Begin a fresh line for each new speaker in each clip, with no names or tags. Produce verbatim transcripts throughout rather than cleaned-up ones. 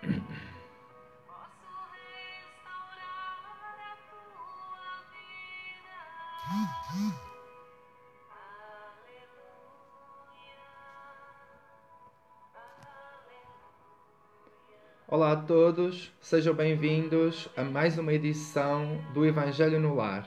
Olá a todos, sejam bem-vindos a mais uma edição do Evangelho no Lar.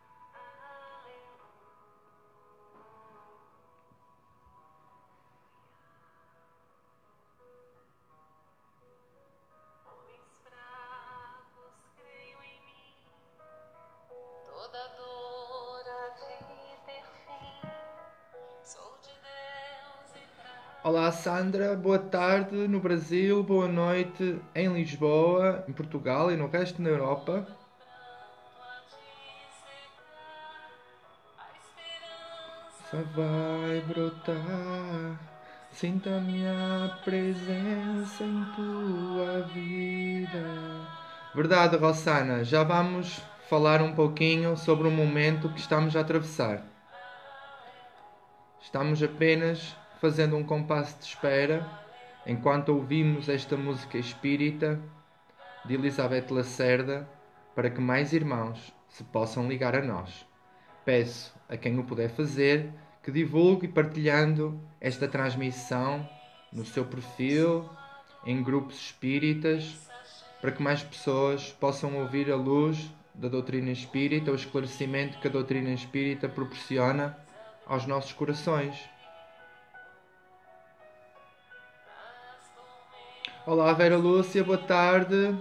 Olá Sandra, boa tarde no Brasil, boa noite em Lisboa, em Portugal e no resto da Europa. Só vai brotar, sinta a minha presença em tua vida. Verdade, Rossana, já vamos falar um pouquinho sobre o momento que estamos a atravessar. Estamos apenas fazendo um compasso de espera enquanto ouvimos esta música espírita de Elizabeth Lacerda para que mais irmãos se possam ligar a nós. Peço a quem o puder fazer que divulgue partilhando esta transmissão no seu perfil, em grupos espíritas, para que mais pessoas possam ouvir a luz da doutrina espírita, o esclarecimento que a doutrina espírita proporciona aos nossos corações. Olá Vera Lúcia, boa tarde.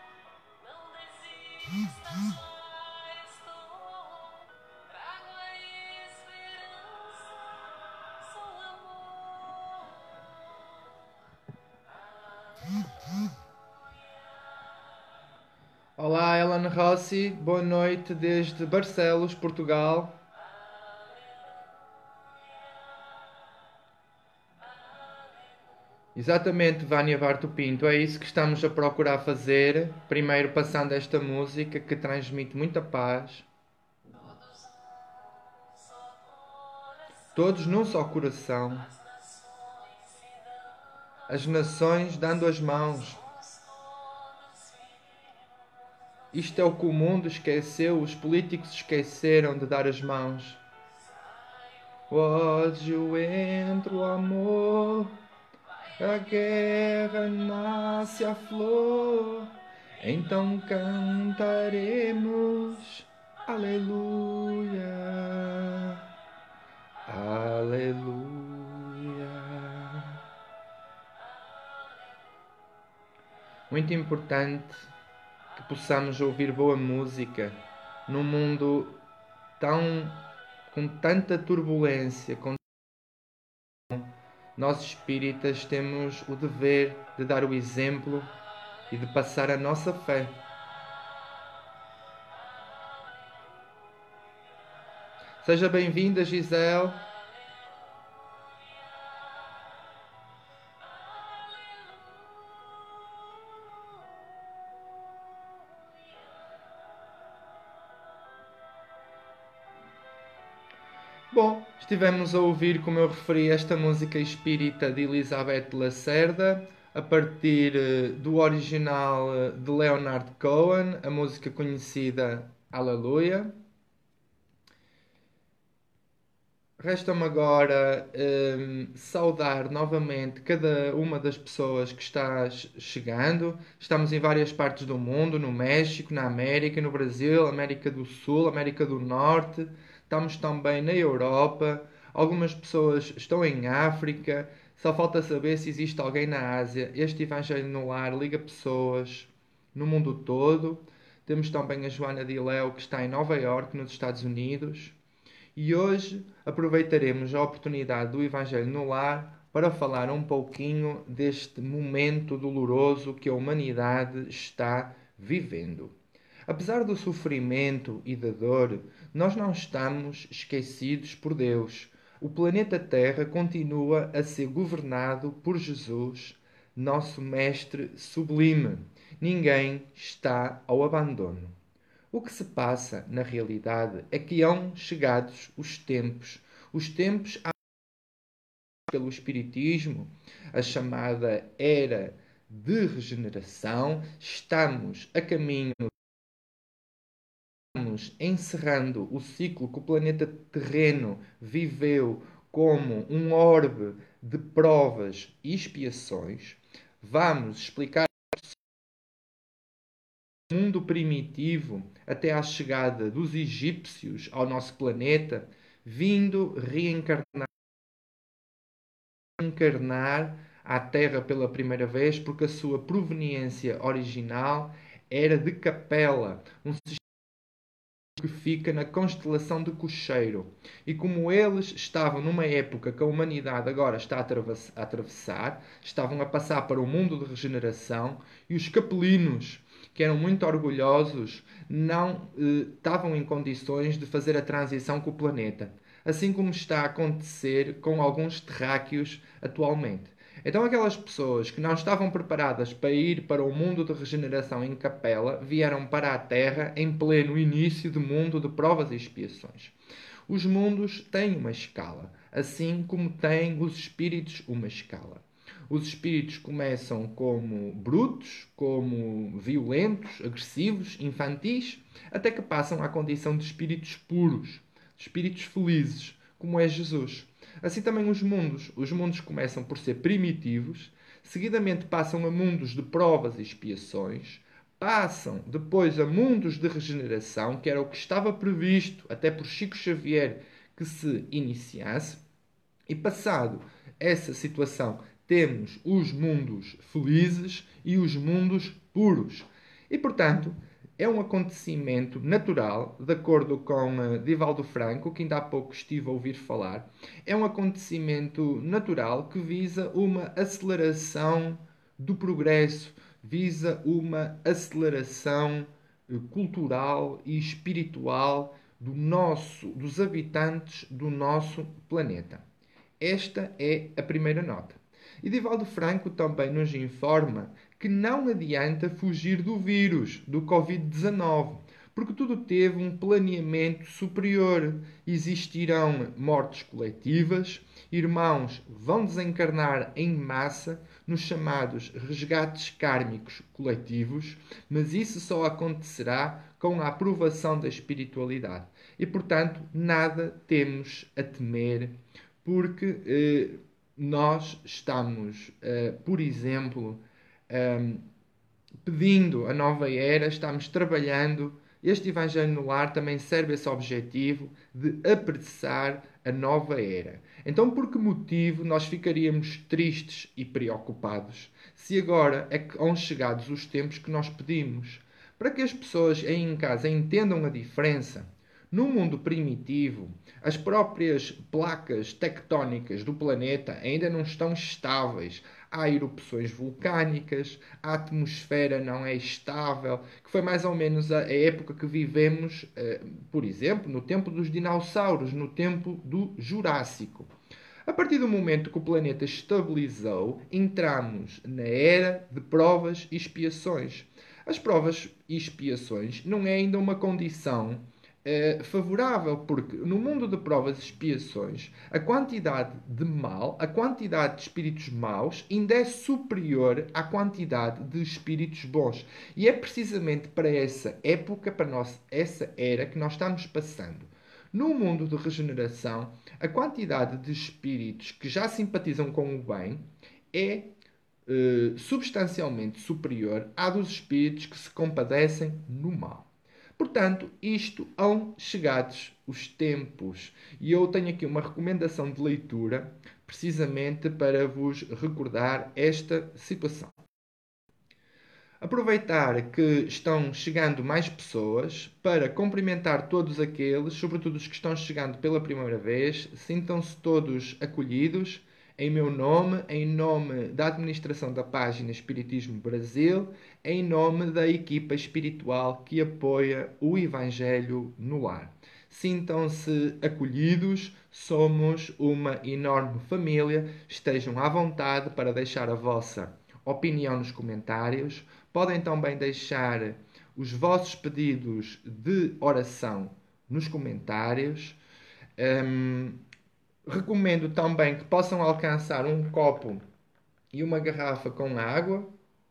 Olá Ellen Rossi, boa noite desde Barcelos, Portugal. Exatamente, Vânia Barto Pinto, é isso que estamos a procurar fazer. Primeiro passando esta música que transmite muita paz. Todos num só coração. As nações dando as mãos. Isto é o que o mundo esqueceu, os políticos esqueceram de dar as mãos. Ódio entre o amor, a guerra nasce a flor, então cantaremos Aleluia, Aleluia. Muito importante que possamos ouvir boa música num mundo tão com tanta turbulência. Com... Nós espíritas temos o dever de dar o exemplo e de passar a nossa fé. Seja bem-vinda, Gisele. Bom, estivemos a ouvir, como eu referi, esta música espírita de Elizabeth Lacerda, a partir do original de Leonard Cohen, a música conhecida Aleluia. Resta-me agora um, saudar novamente cada uma das pessoas que está chegando. Estamos em várias partes do mundo, no México, na América, no Brasil, América do Sul, América do Norte. Estamos também na Europa. Algumas pessoas estão em África. Só falta saber se existe alguém na Ásia. Este Evangelho no Lar liga pessoas no mundo todo. Temos também a Joana Diléu, que está em Nova Iorque, nos Estados Unidos. E hoje aproveitaremos a oportunidade do Evangelho no Lar para falar um pouquinho deste momento doloroso que a humanidade está vivendo. Apesar do sofrimento e da dor, nós não estamos esquecidos por Deus. O planeta Terra continua a ser governado por Jesus, nosso Mestre sublime. Ninguém está ao abandono. O que se passa, na realidade, é que hão chegados os tempos, os tempos pelo Espiritismo, a chamada Era de regeneração, estamos a caminho, estamos encerrando o ciclo que o planeta terreno viveu como um orbe de provas e expiações. Vamos explicar o mundo primitivo até à chegada dos egípcios ao nosso planeta, vindo reencarnar, encarnar à Terra pela primeira vez, porque a sua proveniência original era de Capela, um sistema que fica na constelação de Cocheiro. E como eles estavam numa época que a humanidade agora está a atravessar, estavam a passar para o mundo de regeneração, e os capelinos, que eram muito orgulhosos, não eh, estavam em condições de fazer a transição com o planeta. Assim como está a acontecer com alguns terráqueos atualmente. Então aquelas pessoas que não estavam preparadas para ir para o mundo de regeneração em Capela, vieram para a Terra em pleno início do mundo de provas e expiações. Os mundos têm uma escala, assim como têm os espíritos uma escala. Os espíritos começam como brutos, como violentos, agressivos, infantis, até que passam à condição de espíritos puros, de espíritos felizes, como é Jesus. Assim também os mundos. Os mundos começam por ser primitivos, seguidamente passam a mundos de provas e expiações, passam depois a mundos de regeneração, que era o que estava previsto até por Chico Xavier que se iniciasse, e passado essa situação temos os mundos felizes e os mundos puros. E portanto, é um acontecimento natural, de acordo com uh, Divaldo Franco, que ainda há pouco estive a ouvir falar, é um acontecimento natural que visa uma aceleração do progresso, visa uma aceleração uh, cultural e espiritual do nosso, dos habitantes do nosso planeta. Esta é a primeira nota. E Divaldo Franco também nos informa que não adianta fugir do vírus, do covid dezenove, porque tudo teve um planeamento superior. Existirão mortes coletivas, irmãos vão desencarnar em massa nos chamados resgates kármicos coletivos, mas isso só acontecerá com a aprovação da espiritualidade. E, portanto, nada temos a temer, porque eh, nós estamos, eh, por exemplo, eh, pedindo a nova era, estamos trabalhando. Este Evangelho no Lar também serve esse objetivo de apressar a nova era. Então, por que motivo nós ficaríamos tristes e preocupados se agora é que são chegados os tempos que nós pedimos? Para que as pessoas aí em casa entendam a diferença. No mundo primitivo, as próprias placas tectónicas do planeta ainda não estão estáveis. Há erupções vulcânicas, a atmosfera não é estável, que foi mais ou menos a, a época que vivemos, eh, por exemplo, no tempo dos dinossauros, no tempo do Jurássico. A partir do momento que o planeta estabilizou, entramos na era de provas e expiações. As provas e expiações não é ainda uma condição eh, favorável, porque no mundo de provas e expiações, a quantidade de mal, a quantidade de espíritos maus, ainda é superior à quantidade de espíritos bons. E é precisamente para essa época, para nós, essa era que nós estamos passando. No mundo de regeneração, a quantidade de espíritos que já simpatizam com o bem é eh, substancialmente superior à dos espíritos que se compadecem no mal. Portanto, isto hão chegados os tempos. E eu tenho aqui uma recomendação de leitura, precisamente para vos recordar esta situação. Aproveitar que estão chegando mais pessoas para cumprimentar todos aqueles, sobretudo os que estão chegando pela primeira vez. Sintam-se todos acolhidos em meu nome, em nome da administração da página Espiritismo Brasil, em nome da equipa espiritual que apoia o Evangelho no Lar. Sintam-se acolhidos, somos uma enorme família. Estejam à vontade para deixar a vossa opinião nos comentários. Podem também deixar os vossos pedidos de oração nos comentários. Hum, recomendo também que possam alcançar um copo e uma garrafa com água,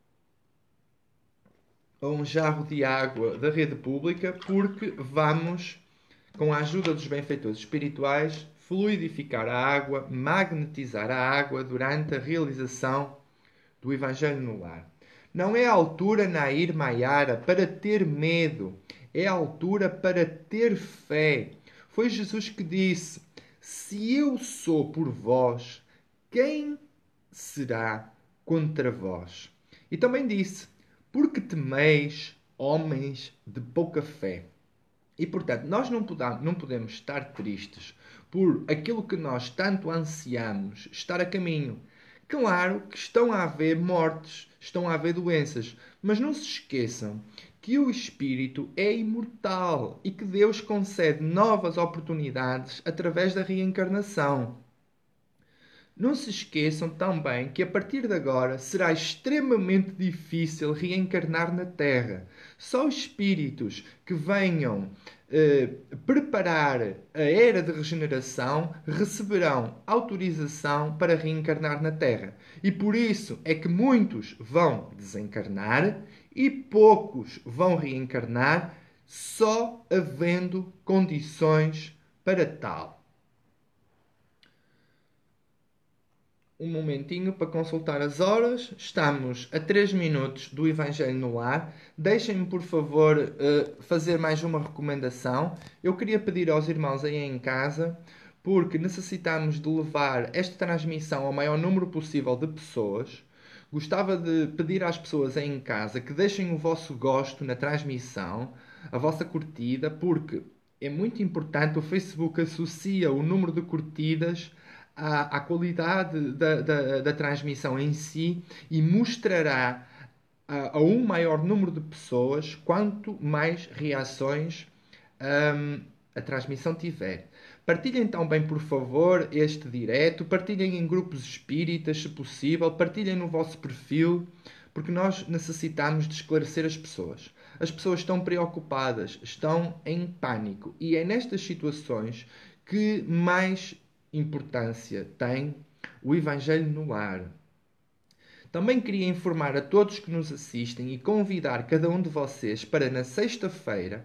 a um jarro de água da rede pública, porque vamos, com a ajuda dos benfeitores espirituais, fluidificar a água, magnetizar a água durante a realização do Evangelho no Lar. Não é a altura, Nair Maiara, para ter medo. É a altura para ter fé. Foi Jesus que disse: se eu sou por vós, quem será contra vós? E também disse: porque temeis, homens de pouca fé. E, portanto, nós não podemos, não podemos estar tristes por aquilo que nós tanto ansiamos estar a caminho. Claro que estão a haver mortes, estão a haver doenças, mas não se esqueçam que o espírito é imortal e que Deus concede novas oportunidades através da reencarnação. Não se esqueçam também que a partir de agora será extremamente difícil reencarnar na Terra. Só espíritos que venham eh, preparar a era de regeneração receberão autorização para reencarnar na Terra. E por isso é que muitos vão desencarnar e poucos vão reencarnar, só havendo condições para tal. Um momentinho para consultar as horas. Estamos a três minutos do Evangelho no Lar. Deixem-me, por favor, fazer mais uma recomendação. Eu queria pedir aos irmãos aí em casa, porque necessitamos de levar esta transmissão ao maior número possível de pessoas. Gostava de pedir às pessoas aí em casa que deixem o vosso gosto na transmissão, a vossa curtida, porque é muito importante. O Facebook associa o número de curtidas À, à qualidade da, da, da transmissão em si e mostrará a, a um maior número de pessoas quanto mais reações um, a transmissão tiver. Partilhem também, por favor, este direto, partilhem em grupos espíritas, se possível, partilhem no vosso perfil, porque nós necessitamos de esclarecer as pessoas. As pessoas estão preocupadas, estão em pânico, e é nestas situações que mais importância tem o Evangelho no Lar. Também queria informar a todos que nos assistem e convidar cada um de vocês para na sexta-feira,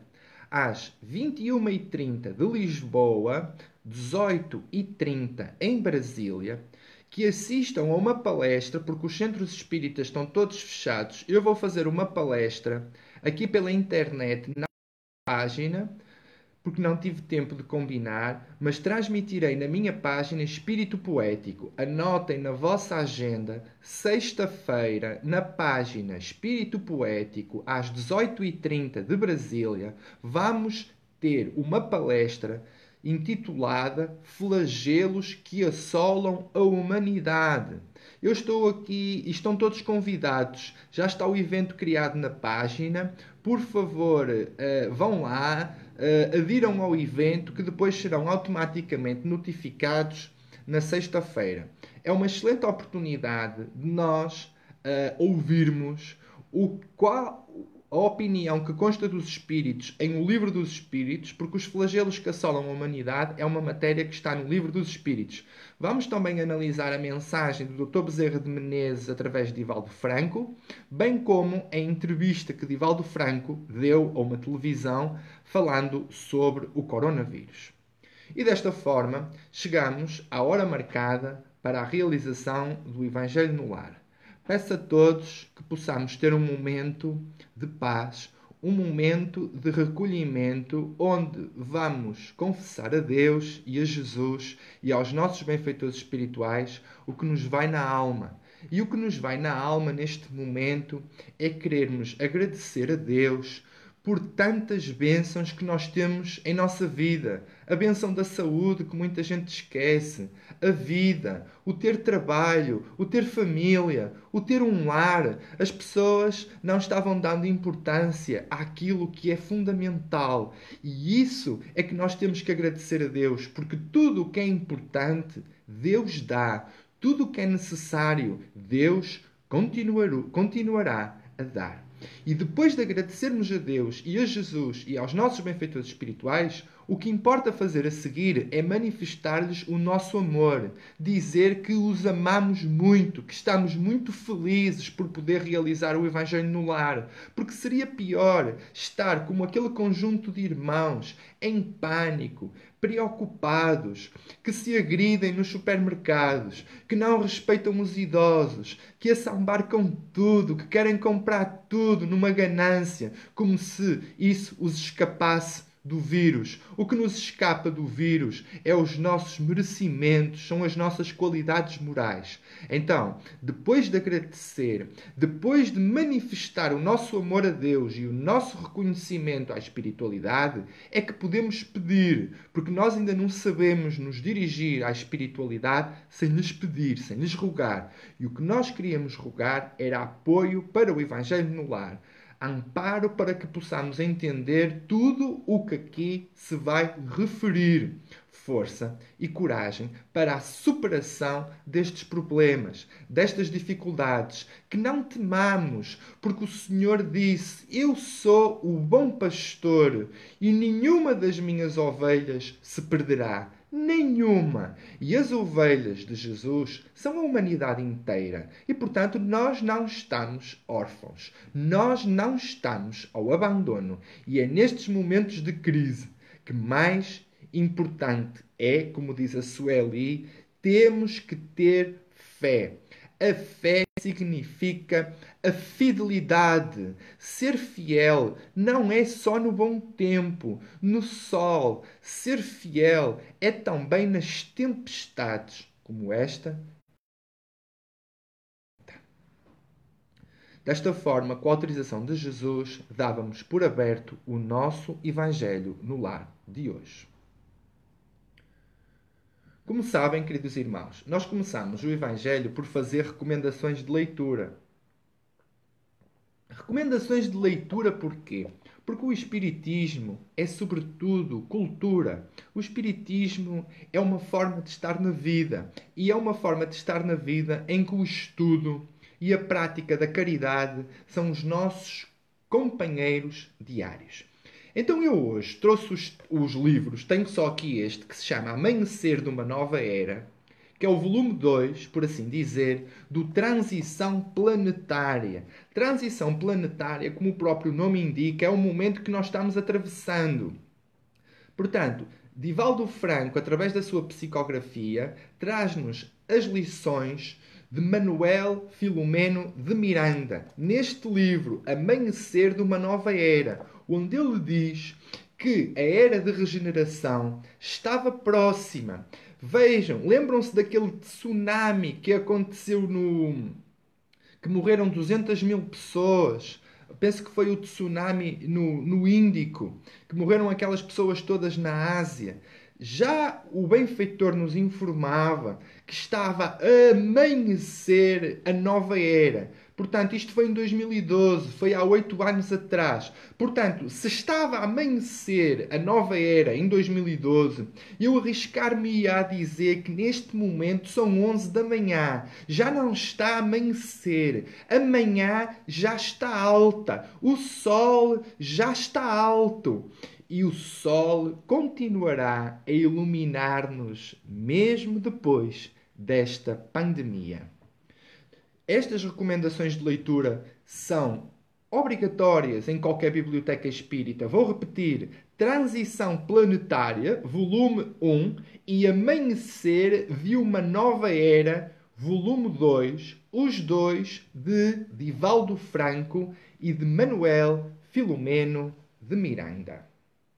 às vinte e uma e trinta de Lisboa, dezoito e trinta em Brasília, que assistam a uma palestra, porque os centros espíritas estão todos fechados. Eu vou fazer uma palestra aqui pela internet na página, porque não tive tempo de combinar, mas transmitirei na minha página Espírito Poético. Anotem na vossa agenda, sexta-feira, na página Espírito Poético, às dezoito e trinta de Brasília, vamos ter uma palestra intitulada Flagelos que assolam a humanidade. Eu estou aqui e estão todos convidados. Já está o evento criado na página. Por favor, uh, vão lá, uh, adiram ao evento, que depois serão automaticamente notificados na sexta-feira. É uma excelente oportunidade de nós uh, ouvirmos o qual a opinião que consta dos Espíritos em O Livro dos Espíritos, porque os flagelos que assolam a humanidade é uma matéria que está no Livro dos Espíritos. Vamos também analisar a mensagem do doutor Bezerra de Menezes através de Divaldo Franco, bem como a entrevista que Divaldo Franco deu a uma televisão falando sobre o coronavírus. E desta forma, chegamos à hora marcada para a realização do Evangelho no Lar. Peço a todos que possamos ter um momento de paz, um momento de recolhimento, onde vamos confessar a Deus e a Jesus e aos nossos benfeitores espirituais o que nos vai na alma. E o que nos vai na alma neste momento é querermos agradecer a Deus por tantas bênçãos que nós temos em nossa vida. A bênção da saúde, que muita gente esquece. A vida, o ter trabalho, o ter família, o ter um lar. As pessoas não estavam dando importância àquilo que é fundamental. E isso é que nós temos que agradecer a Deus, porque tudo o que é importante, Deus dá. Tudo o que é necessário, Deus continuará a dar. E depois de agradecermos a Deus e a Jesus e aos nossos benfeitores espirituais, O que importa fazer a seguir é manifestar-lhes o nosso amor, dizer que os amamos muito, que estamos muito felizes por poder realizar o Evangelho no lar, porque seria pior estar como aquele conjunto de irmãos em pânico, preocupados, que se agridem nos supermercados, que não respeitam os idosos, que assambarcam tudo, que querem comprar tudo numa ganância, como se isso os escapasse do vírus. O que nos escapa do vírus é os nossos merecimentos, são as nossas qualidades morais. Então, depois de agradecer, depois de manifestar o nosso amor a Deus e o nosso reconhecimento à espiritualidade, é que podemos pedir, porque nós ainda não sabemos nos dirigir à espiritualidade sem lhes pedir, sem lhes rogar. E o que nós queríamos rogar era apoio para o Evangelho no lar. Amparo para que possamos entender tudo o que aqui se vai referir. Força e coragem para a superação destes problemas, destas dificuldades. Que não temamos, porque o Senhor disse: Eu sou o bom pastor e nenhuma das minhas ovelhas se perderá. Nenhuma. E as ovelhas de Jesus são a humanidade inteira. E, portanto, nós não estamos órfãos. Nós não estamos ao abandono. E é nestes momentos de crise que mais importante é, como diz a Sueli, temos que ter fé. A fé significa a fidelidade. Ser fiel não é só no bom tempo, no sol. Ser fiel é também nas tempestades, como esta. Desta forma, com a autorização de Jesus, dávamos por aberto o nosso Evangelho no lar de hoje. Como sabem, queridos irmãos, nós começamos o Evangelho por fazer recomendações de leitura. Recomendações de leitura porquê? Porque o Espiritismo é, sobretudo, cultura. O Espiritismo é uma forma de estar na vida. E é uma forma de estar na vida em que o estudo e a prática da caridade são os nossos companheiros diários. Então eu hoje trouxe os, os livros, tenho só aqui este, que se chama Amanhecer de uma Nova Era, que é o volume dois, por assim dizer, do Transição Planetária. Transição planetária, como o próprio nome indica, é o momento que nós estamos atravessando. Portanto, Divaldo Franco, através da sua psicografia, traz-nos as lições de Manuel Filomeno de Miranda, neste livro, Amanhecer de uma Nova Era, onde ele diz que a era de regeneração estava próxima. Vejam, lembram-se daquele tsunami que aconteceu no... que morreram duzentas mil pessoas. Penso que foi o tsunami no, no Índico, que morreram aquelas pessoas todas na Ásia. Já o benfeitor nos informava que estava a amanhecer a nova era. Portanto, isto foi em dois mil e doze, foi há oito anos atrás. Portanto, se estava a amanhecer a nova era em dois mil e doze, eu arriscar-me-ia a dizer que neste momento são onze da manhã. Já não está a amanhecer. Amanhã já está alta. O sol já está alto. E o sol continuará a iluminar-nos mesmo depois desta pandemia. Estas recomendações de leitura são obrigatórias em qualquer biblioteca espírita. Vou repetir: Transição Planetária, volume um, e Amanhecer de uma Nova Era, volume dois, os dois de Divaldo Franco e de Manuel Filomeno de Miranda.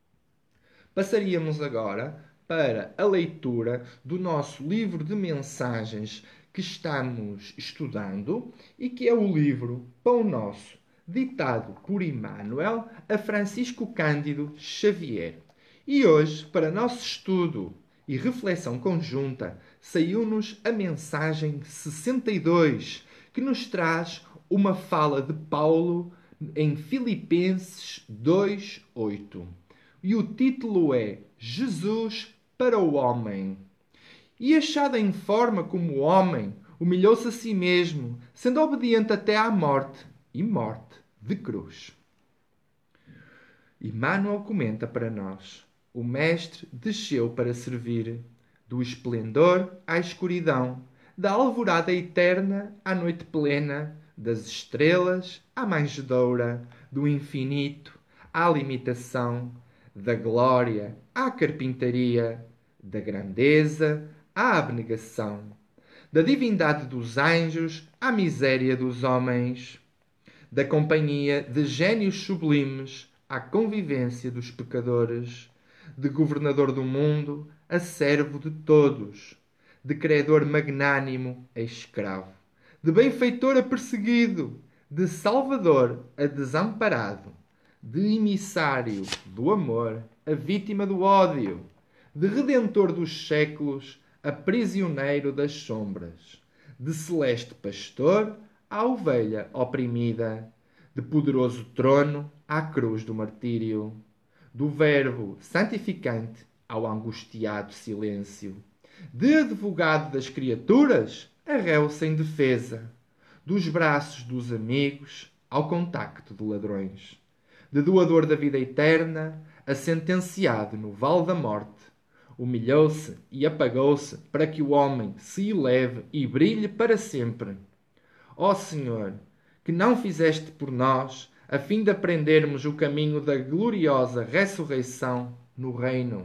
Passaríamos agora para a leitura do nosso livro de mensagens que estamos estudando e que é o livro Pão Nosso, ditado por Emmanuel a Francisco Cândido Xavier. E hoje, para nosso estudo e reflexão conjunta, saiu-nos a mensagem sessenta e dois, que nos traz uma fala de Paulo em Filipenses dois, oito. E o título é Jesus para o Homem. E achado em forma como homem, humilhou-se a si mesmo, sendo obediente até à morte, e morte de cruz. Emmanuel comenta para nós: O Mestre desceu para servir, do esplendor à escuridão, da alvorada eterna à noite plena, das estrelas à manjedoura, do infinito à limitação, da glória à carpintaria, da grandeza à abnegação, da divindade dos anjos à miséria dos homens, da companhia de génios sublimes à convivência dos pecadores, de governador do mundo a servo de todos, de credor magnânimo a escravo, de benfeitor a perseguido, de salvador a desamparado, de emissário do amor a vítima do ódio, de redentor dos séculos a prisioneiro das sombras, de celeste pastor à ovelha oprimida, de poderoso trono à cruz do martírio, do verbo santificante ao angustiado silêncio, de advogado das criaturas a réu sem defesa, dos braços dos amigos ao contacto de ladrões, de doador da vida eterna a sentenciado no vale da morte, humilhou-se e apagou-se para que o homem se eleve e brilhe para sempre. Ó Senhor, que não fizeste por nós, a fim de aprendermos o caminho da gloriosa ressurreição no reino.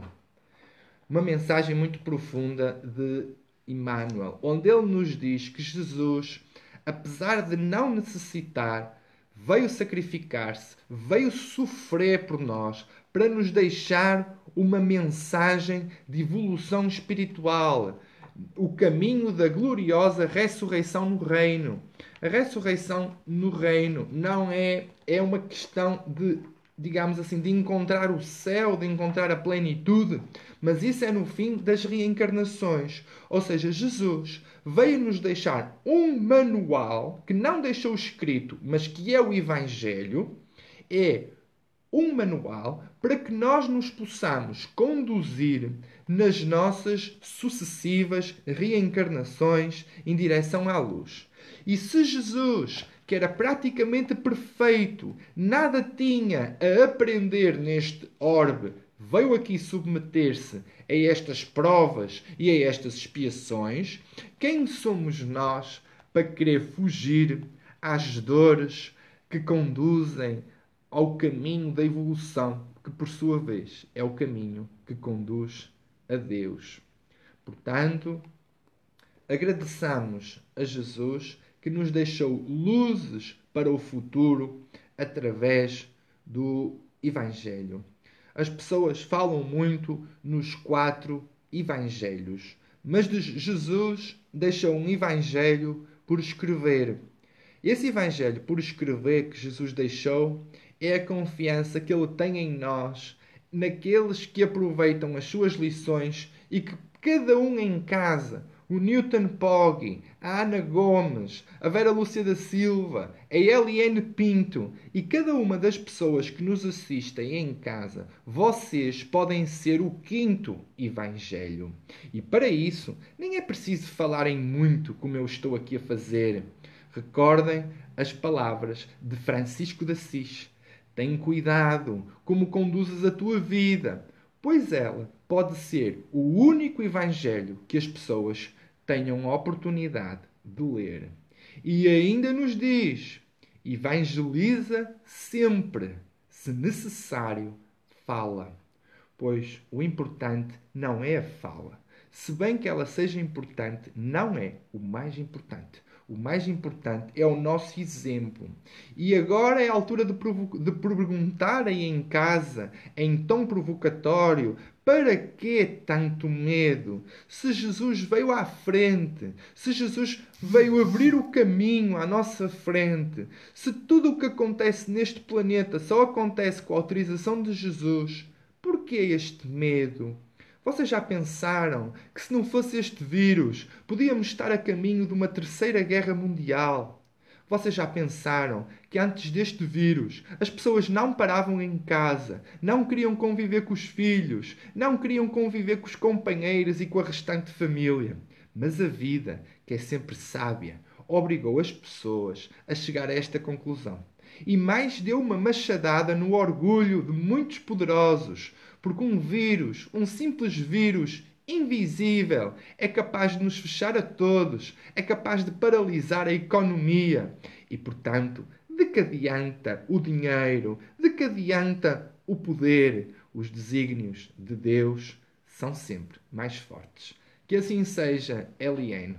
Uma mensagem muito profunda de Emmanuel, onde ele nos diz que Jesus, apesar de não necessitar, veio sacrificar-se, veio sofrer por nós, para nos deixar uma mensagem de evolução espiritual, o caminho da gloriosa ressurreição no reino. A ressurreição no reino não é, é uma questão de, digamos assim, de encontrar o céu, de encontrar a plenitude, mas isso é no fim das reencarnações. Ou seja, Jesus veio nos deixar um manual que não deixou escrito, mas que é o Evangelho, é um manual para que nós nos possamos conduzir nas nossas sucessivas reencarnações em direção à luz. E se Jesus, que era praticamente perfeito, nada tinha a aprender neste orbe, veio aqui submeter-se a estas provas e a estas expiações, quem somos nós para querer fugir às dores que conduzem ao caminho da evolução, que por sua vez é o caminho que conduz a Deus? Portanto, agradeçamos a Jesus que nos deixou luzes para o futuro através do Evangelho. As pessoas falam muito nos quatro Evangelhos, mas Jesus deixou um Evangelho por escrever. Esse Evangelho por escrever que Jesus deixou é a confiança que Ele tem em nós, naqueles que aproveitam as suas lições e que cada um em casa, o Newton Poggi, a Ana Gomes, a Vera Lúcia da Silva, a Eliane Pinto e cada uma das pessoas que nos assistem em casa, vocês podem ser o quinto Evangelho. E para isso, nem é preciso falarem muito como eu estou aqui a fazer. Recordem as palavras de Francisco de Assis. Tem cuidado como conduzes a tua vida, pois ela pode ser o único Evangelho que as pessoas tenham a oportunidade de ler. E ainda nos diz, evangeliza sempre, se necessário, fala. Pois o importante não é a fala. Se bem que ela seja importante, não é o mais importante. O mais importante é o nosso exemplo. E agora é a altura de, de perguntar aí em casa, em tom provocatório, para que tanto medo? Se Jesus veio à frente, se Jesus veio abrir o caminho à nossa frente, se tudo o que acontece neste planeta só acontece com a autorização de Jesus, por que este medo? Vocês já pensaram que se não fosse este vírus, podíamos estar a caminho de uma terceira guerra mundial? Vocês já pensaram que antes deste vírus as pessoas não paravam em casa, não queriam conviver com os filhos, não queriam conviver com os companheiros e com a restante família? Mas a vida, que é sempre sábia, obrigou as pessoas a chegar a esta conclusão. E mais deu uma machadada no orgulho de muitos poderosos, porque um vírus, um simples vírus invisível, é capaz de nos fechar a todos, é capaz de paralisar a economia. E, portanto, de que adianta o dinheiro? De que adianta o poder? Os desígnios de Deus são sempre mais fortes. Que assim seja, Eliane.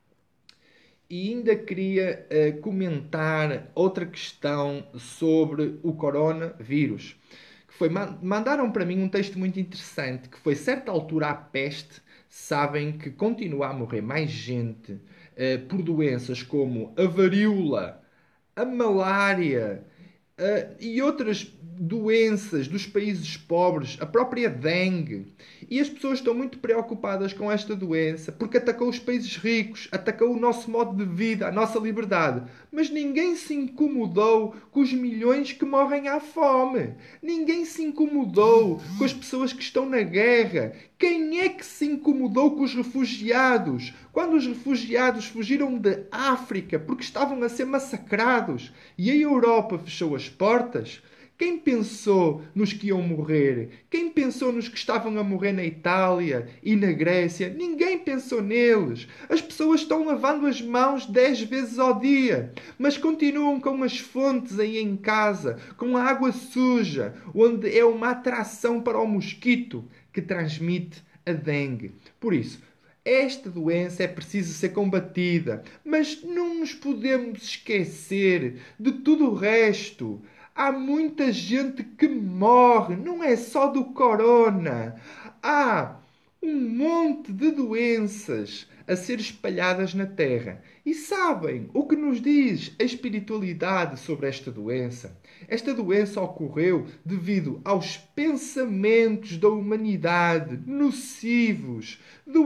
E ainda queria uh, comentar outra questão sobre o coronavírus. Que foi, mandaram para mim um texto muito interessante, que foi, certa altura, a peste, sabem que continua a morrer mais gente uh, por doenças como a varíola, a malária uh, e outras doenças dos países pobres, a própria dengue. E as pessoas estão muito preocupadas com esta doença porque atacou os países ricos, atacou o nosso modo de vida, a nossa liberdade. Mas ninguém se incomodou com os milhões que morrem à fome. Ninguém se incomodou com as pessoas que estão na guerra. Quem é que se incomodou com os refugiados? Quando os refugiados fugiram da África porque estavam a ser massacrados e a Europa fechou as portas, quem pensou nos que iam morrer? Quem pensou nos que estavam a morrer na Itália e na Grécia? Ninguém pensou neles. As pessoas estão lavando as mãos dez vezes ao dia, mas continuam com as fontes aí em casa, com a água suja, onde é uma atração para o mosquito que transmite a dengue. Por isso, esta doença é preciso ser combatida, mas não nos podemos esquecer de tudo o resto. Há muita gente que morre, não é só do corona. Há um monte de doenças a ser espalhadas na Terra. E sabem o que nos diz a espiritualidade sobre esta doença? Esta doença ocorreu devido aos pensamentos da humanidade nocivos,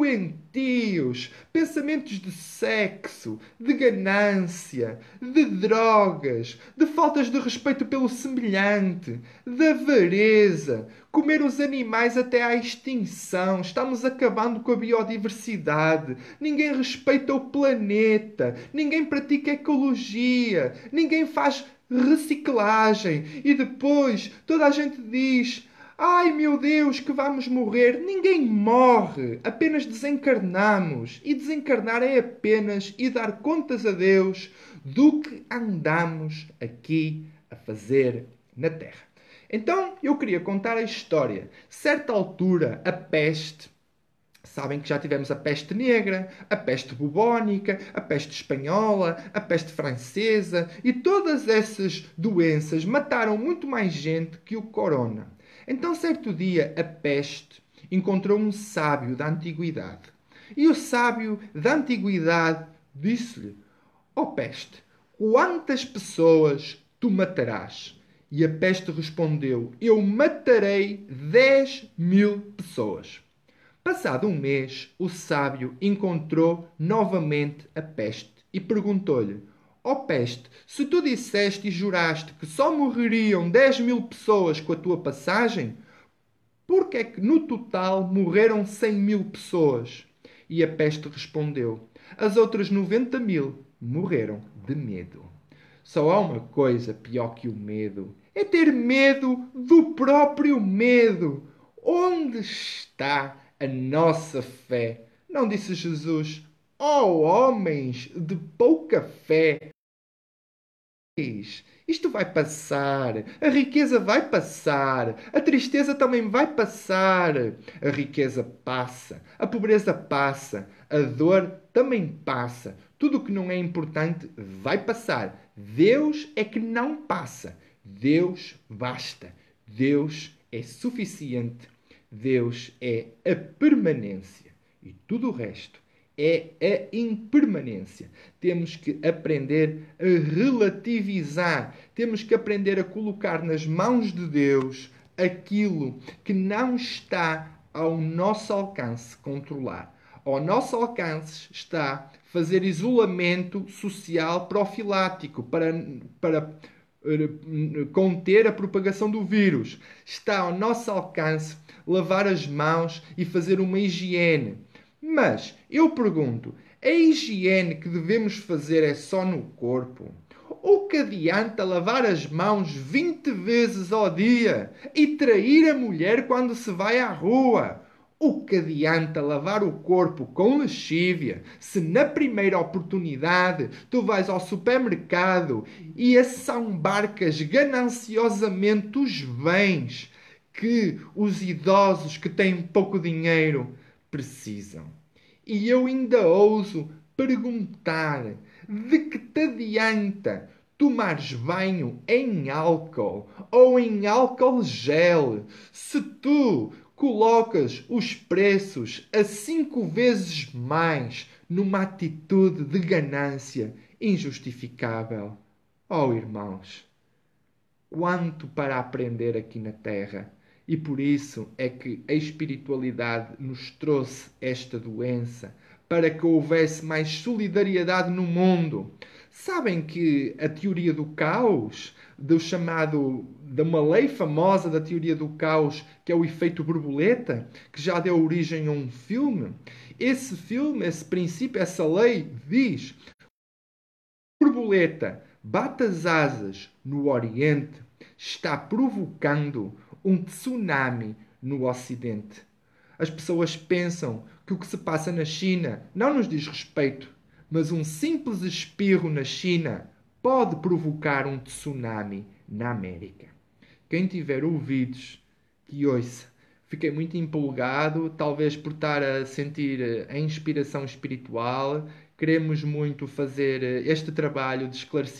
doentios, pensamentos de sexo, de ganância, de drogas, de faltas de respeito pelo semelhante, de avareza, comer os animais até à extinção. Estamos acabando com a biodiversidade. Ninguém respeita o planeta. Ninguém pratica ecologia. Ninguém faz reciclagem. E depois toda a gente diz: ai meu Deus, que vamos morrer. Ninguém morre. Apenas desencarnamos. E desencarnar é apenas ir dar contas a Deus do que andamos aqui a fazer na Terra. Então, eu queria contar a história. Certa altura, a peste... Sabem que já tivemos a peste negra, a peste bubónica, a peste espanhola, a peste francesa, e todas essas doenças mataram muito mais gente que o corona. Então, certo dia, a peste encontrou um sábio da antiguidade. E o sábio da antiguidade disse-lhe: ó peste, quantas pessoas tu matarás? E a peste respondeu: eu matarei dez mil pessoas. Passado um mês, o sábio encontrou novamente a peste e perguntou-lhe: ó peste, se tu disseste e juraste que só morreriam dez mil pessoas com a tua passagem, por que é que no total morreram cem mil pessoas? E a peste respondeu: as outras noventa mil morreram de medo. Só há uma coisa pior que o medo: é ter medo do próprio medo. Onde está a nossa fé? Não disse Jesus: ó oh, homens de pouca fé, isto vai passar, a riqueza vai passar, a tristeza também vai passar. A riqueza passa, a pobreza passa, a dor também passa. Tudo o que não é importante vai passar. Deus é que não passa. Deus basta. Deus é suficiente. Deus é a permanência. E tudo o resto é a impermanência. Temos que aprender a relativizar. Temos que aprender a colocar nas mãos de Deus aquilo que não está ao nosso alcance controlar. Ao nosso alcance está fazer isolamento social profilático para, para conter a propagação do vírus. Está ao nosso alcance lavar as mãos e fazer uma higiene. Mas eu pergunto: A higiene que devemos fazer é só no corpo? O que adianta lavar as mãos vinte vezes ao dia e trair a mulher quando se vai à rua? O que adianta lavar o corpo com lexívia se na primeira oportunidade tu vais ao supermercado e assambarcas gananciosamente os bens que os idosos que têm pouco dinheiro precisam? E eu ainda ouso perguntar: de que te adianta tomares banho em álcool ou em álcool gel se tu colocas os preços a cinco vezes mais numa atitude de ganância injustificável? Oh, irmãos, quanto para aprender aqui na Terra. E por isso é que a espiritualidade nos trouxe esta doença, para que houvesse mais solidariedade no mundo. Sabem que a teoria do caos, do chamado, de uma lei famosa da teoria do caos, que é o efeito borboleta, que já deu origem a um filme, esse filme, esse princípio, essa lei diz: borboleta bate as asas no Oriente, está provocando um tsunami no Ocidente. As pessoas pensam que o que se passa na China não nos diz respeito, mas um simples espirro na China pode provocar um tsunami na América. Quem tiver ouvidos, que ouça. Fiquei muito empolgado, talvez por estar a sentir a inspiração espiritual. Queremos muito fazer este trabalho de esclarecimento.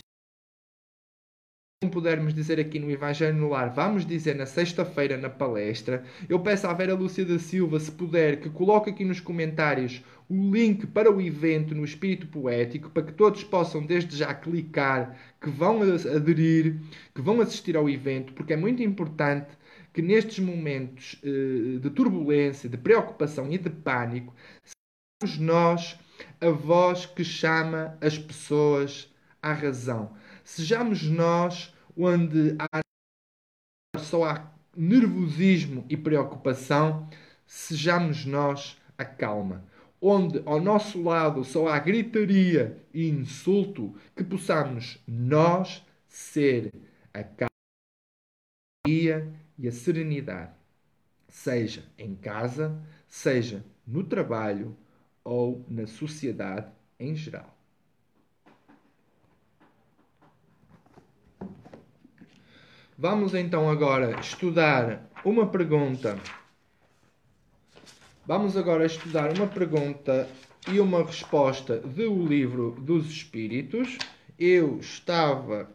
Como pudermos dizer aqui no Evangelho no Lar, vamos dizer na sexta-feira na palestra. Eu peço à Vera Lúcia da Silva, se puder, que coloque aqui nos comentários o link para o evento no Espírito Poético, para que todos possam desde já clicar, que vão aderir, que vão assistir ao evento, porque é muito importante que nestes momentos eh, de turbulência, de preocupação e de pânico, sejamos nós a voz que chama as pessoas à razão. Sejamos nós onde há, só há nervosismo e preocupação, sejamos nós a calma. Onde ao nosso lado só há gritaria e insulto, que possamos nós ser a calma e a serenidade. Seja em casa, seja no trabalho ou na sociedade em geral. Vamos então agora estudar uma pergunta. Vamos agora estudar uma pergunta e uma resposta do Livro dos Espíritos. Eu estava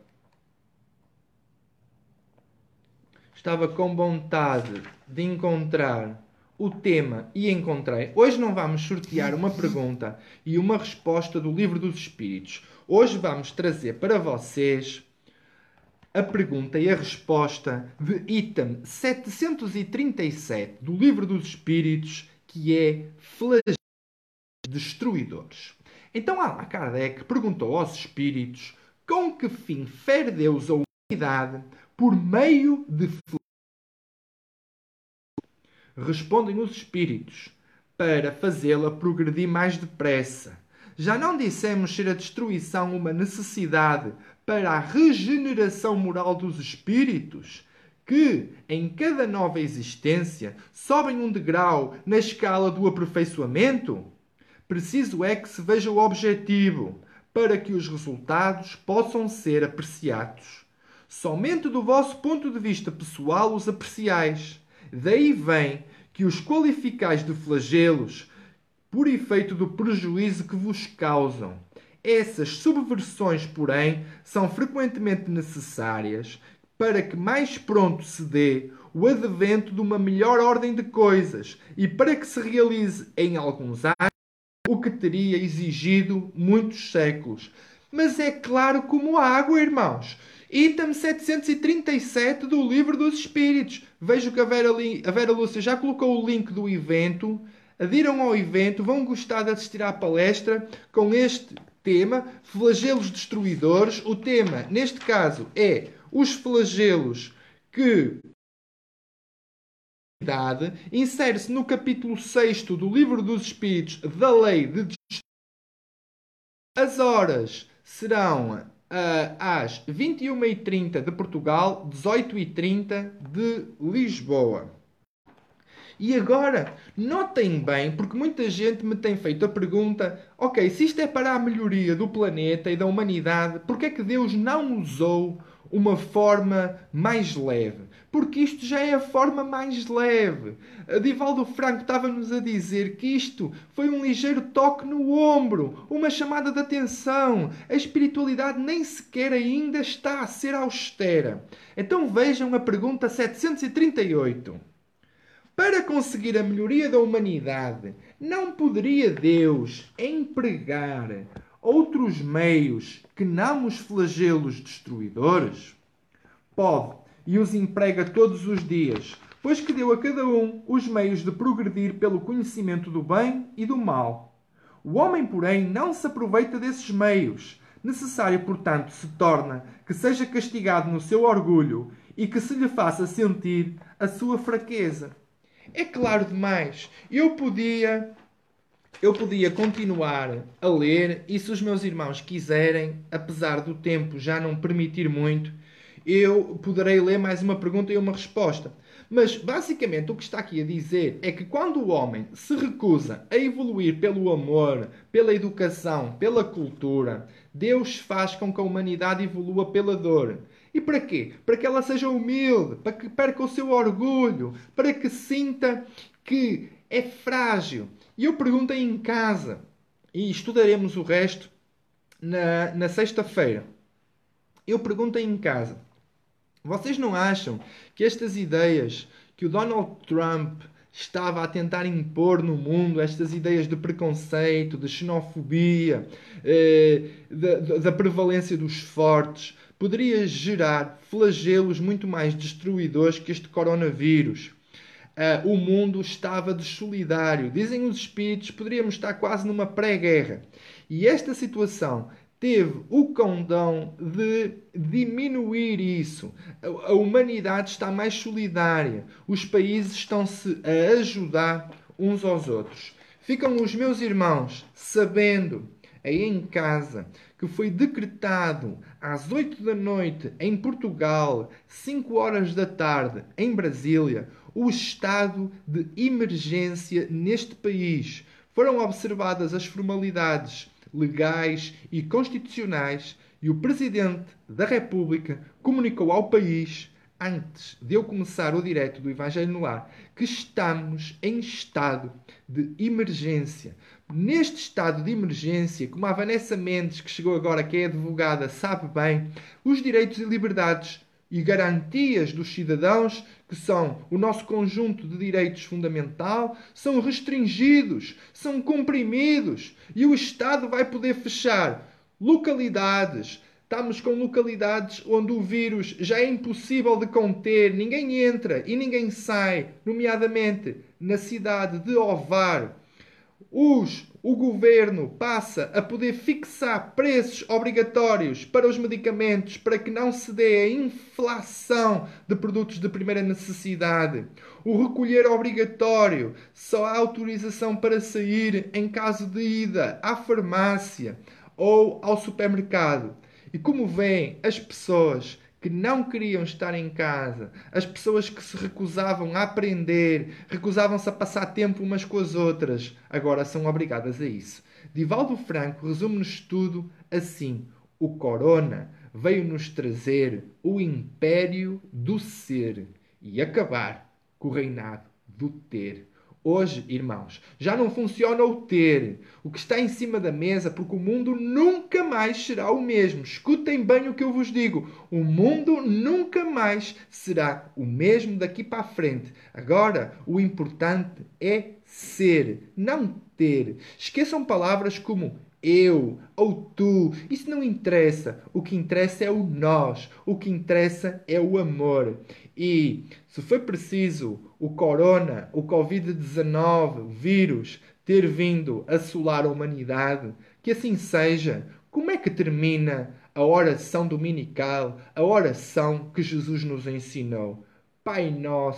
estava com vontade de encontrar o tema e encontrei. Hoje não vamos sortear uma pergunta e uma resposta do Livro dos Espíritos. Hoje vamos trazer para vocês a pergunta e a resposta de item setecentos e trinta e sete do Livro dos Espíritos, que é flagelos destruidores. Então Allan Kardec perguntou aos espíritos com que fim fere Deus a humanidade por meio de flagelos. Respondem os espíritos: para fazê-la progredir mais depressa. Já não dissemos ser a destruição uma necessidade para a regeneração moral dos espíritos, que, em cada nova existência, sobem um degrau na escala do aperfeiçoamento? Preciso é que se veja o objetivo, para que os resultados possam ser apreciados. Somente do vosso ponto de vista pessoal os apreciais. Daí vem que os qualificais de flagelos, por efeito do prejuízo que vos causam. Essas subversões, porém, são frequentemente necessárias para que mais pronto se dê o advento de uma melhor ordem de coisas e para que se realize em alguns anos o que teria exigido muitos séculos. Mas é claro como a água, irmãos. Item setecentos e trinta e sete do Livro dos Espíritos. Vejo que a Vera, a Vera Lúcia já colocou o link do evento. Adiram ao evento, vão gostar de assistir à palestra com este tema, flagelos destruidores. O tema, neste caso, é os flagelos que insere-se no capítulo sexto do Livro dos Espíritos da Lei de As horas serão ah, às vinte e uma e trinta de Portugal, dezoito e trinta de Lisboa. E agora, notem bem, porque muita gente me tem feito a pergunta: ok, se isto é para a melhoria do planeta e da humanidade, porque é que Deus não usou uma forma mais leve? Porque isto já é a forma mais leve. A Divaldo Franco estava-nos a dizer que isto foi um ligeiro toque no ombro, uma chamada de atenção. A espiritualidade nem sequer ainda está a ser austera. Então vejam a pergunta setecentos e trinta e oito. Para conseguir a melhoria da humanidade, não poderia Deus empregar outros meios que não os flagelos destruidores? Pode, e os emprega todos os dias, pois que deu a cada um os meios de progredir pelo conhecimento do bem e do mal. O homem, porém, não se aproveita desses meios. Necessário, portanto, se torna que seja castigado no seu orgulho e que se lhe faça sentir a sua fraqueza. É claro demais. Eu podia, eu podia continuar a ler e se os meus irmãos quiserem, apesar do tempo já não permitir muito, eu poderei ler mais uma pergunta e uma resposta. Mas basicamente o que está aqui a dizer é que quando o homem se recusa a evoluir pelo amor, pela educação, pela cultura, Deus faz com que a humanidade evolua pela dor. E para quê? Para que ela seja humilde, para que perca o seu orgulho, para que sinta que é frágil. E eu pergunto aí em casa, e estudaremos o resto na, na sexta-feira. Eu pergunto aí em casa, vocês não acham que estas ideias que o Donald Trump estava a tentar impor no mundo, estas ideias de preconceito, de xenofobia, eh, da, da prevalência dos fortes, poderia gerar flagelos muito mais destruidores que este coronavírus? Uh, o mundo estava dessolidário. Dizem os espíritos, poderíamos estar quase numa pré-guerra. E esta situação teve o condão de diminuir isso. A, a humanidade está mais solidária. Os países estão-se a ajudar uns aos outros. Ficam os meus irmãos sabendo, aí em casa, que foi decretado às oito da noite em Portugal, cinco horas da tarde em Brasília, o estado de emergência neste país. Foram observadas as formalidades legais e constitucionais e o Presidente da República comunicou ao país, antes de eu começar o direto do Evangelho no Lar, que estamos em estado de emergência. Neste estado de emergência, como a Vanessa Mendes, que chegou agora, que é advogada, sabe bem, os direitos e liberdades e garantias dos cidadãos, que são o nosso conjunto de direitos fundamental, são restringidos, são comprimidos e o Estado vai poder fechar localidades. Estamos com localidades onde o vírus já é impossível de conter, ninguém entra e ninguém sai, nomeadamente na cidade de Ovar. Os, o governo passa a poder fixar preços obrigatórios para os medicamentos para que não se dê a inflação de produtos de primeira necessidade. O recolher obrigatório, só há autorização para sair em caso de ida à farmácia ou ao supermercado. E como veem, as pessoas que não queriam estar em casa, as pessoas que se recusavam a aprender, recusavam-se a passar tempo umas com as outras, agora são obrigadas a isso. Divaldo Franco resume-nos tudo assim: o corona veio-nos trazer o império do ser e acabar com o reinado do ter. Hoje, irmãos, já não funciona o ter, o que está em cima da mesa, porque o mundo nunca mais será o mesmo. Escutem bem o que eu vos digo. O mundo nunca mais será o mesmo daqui para a frente. Agora, o importante é ser, não ter. Esqueçam palavras como eu ou tu. Isso não interessa. O que interessa é o nós. O que interessa é o amor. E se foi preciso o corona, o covid dezanove, o vírus, ter vindo assolar a humanidade, que assim seja. Como é que termina a oração dominical, a oração que Jesus nos ensinou? Pai nosso,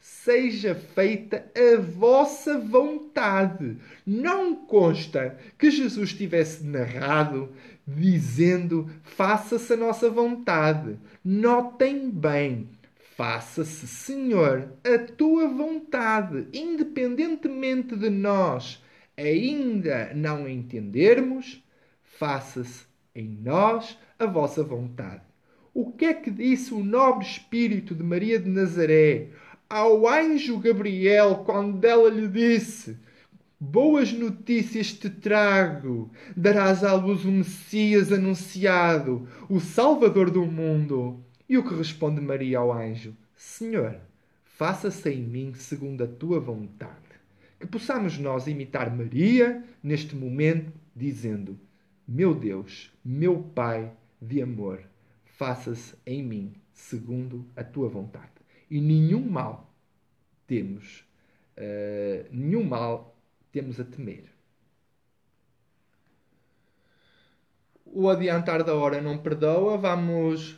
seja feita a vossa vontade. Não consta que Jesus tivesse narrado dizendo faça-se a nossa vontade. Notem bem, faça-se, Senhor, a tua vontade, independentemente de nós ainda não entendermos, faça-se em nós a vossa vontade. O que é que disse o nobre espírito de Maria de Nazaré ao anjo Gabriel quando ela lhe disse: boas notícias te trago, darás à luz o Messias anunciado, o Salvador do mundo. E o que responde Maria ao anjo? Senhor, faça-se em mim segundo a tua vontade. Que possamos nós imitar Maria neste momento, dizendo: meu Deus, meu Pai de amor, faça-se em mim segundo a tua vontade. E nenhum mal temos, uh, nenhum mal temos a temer. O adiantar da hora não perdoa. Vamos,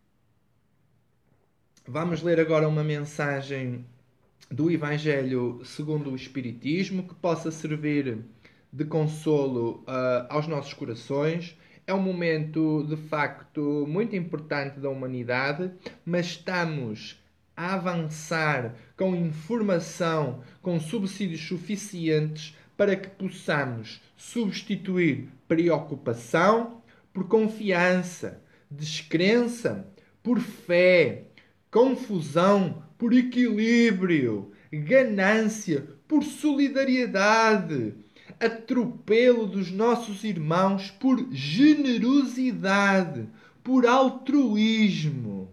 vamos ler agora uma mensagem do Evangelho segundo o Espiritismo que possa servir de consolo uh, aos nossos corações. É um momento, de facto, muito importante da humanidade, mas estamos a avançar com informação, com subsídios suficientes para que possamos substituir preocupação por confiança, descrença por fé, confusão por equilíbrio, ganância por solidariedade, atropelo dos nossos irmãos por generosidade, por altruísmo.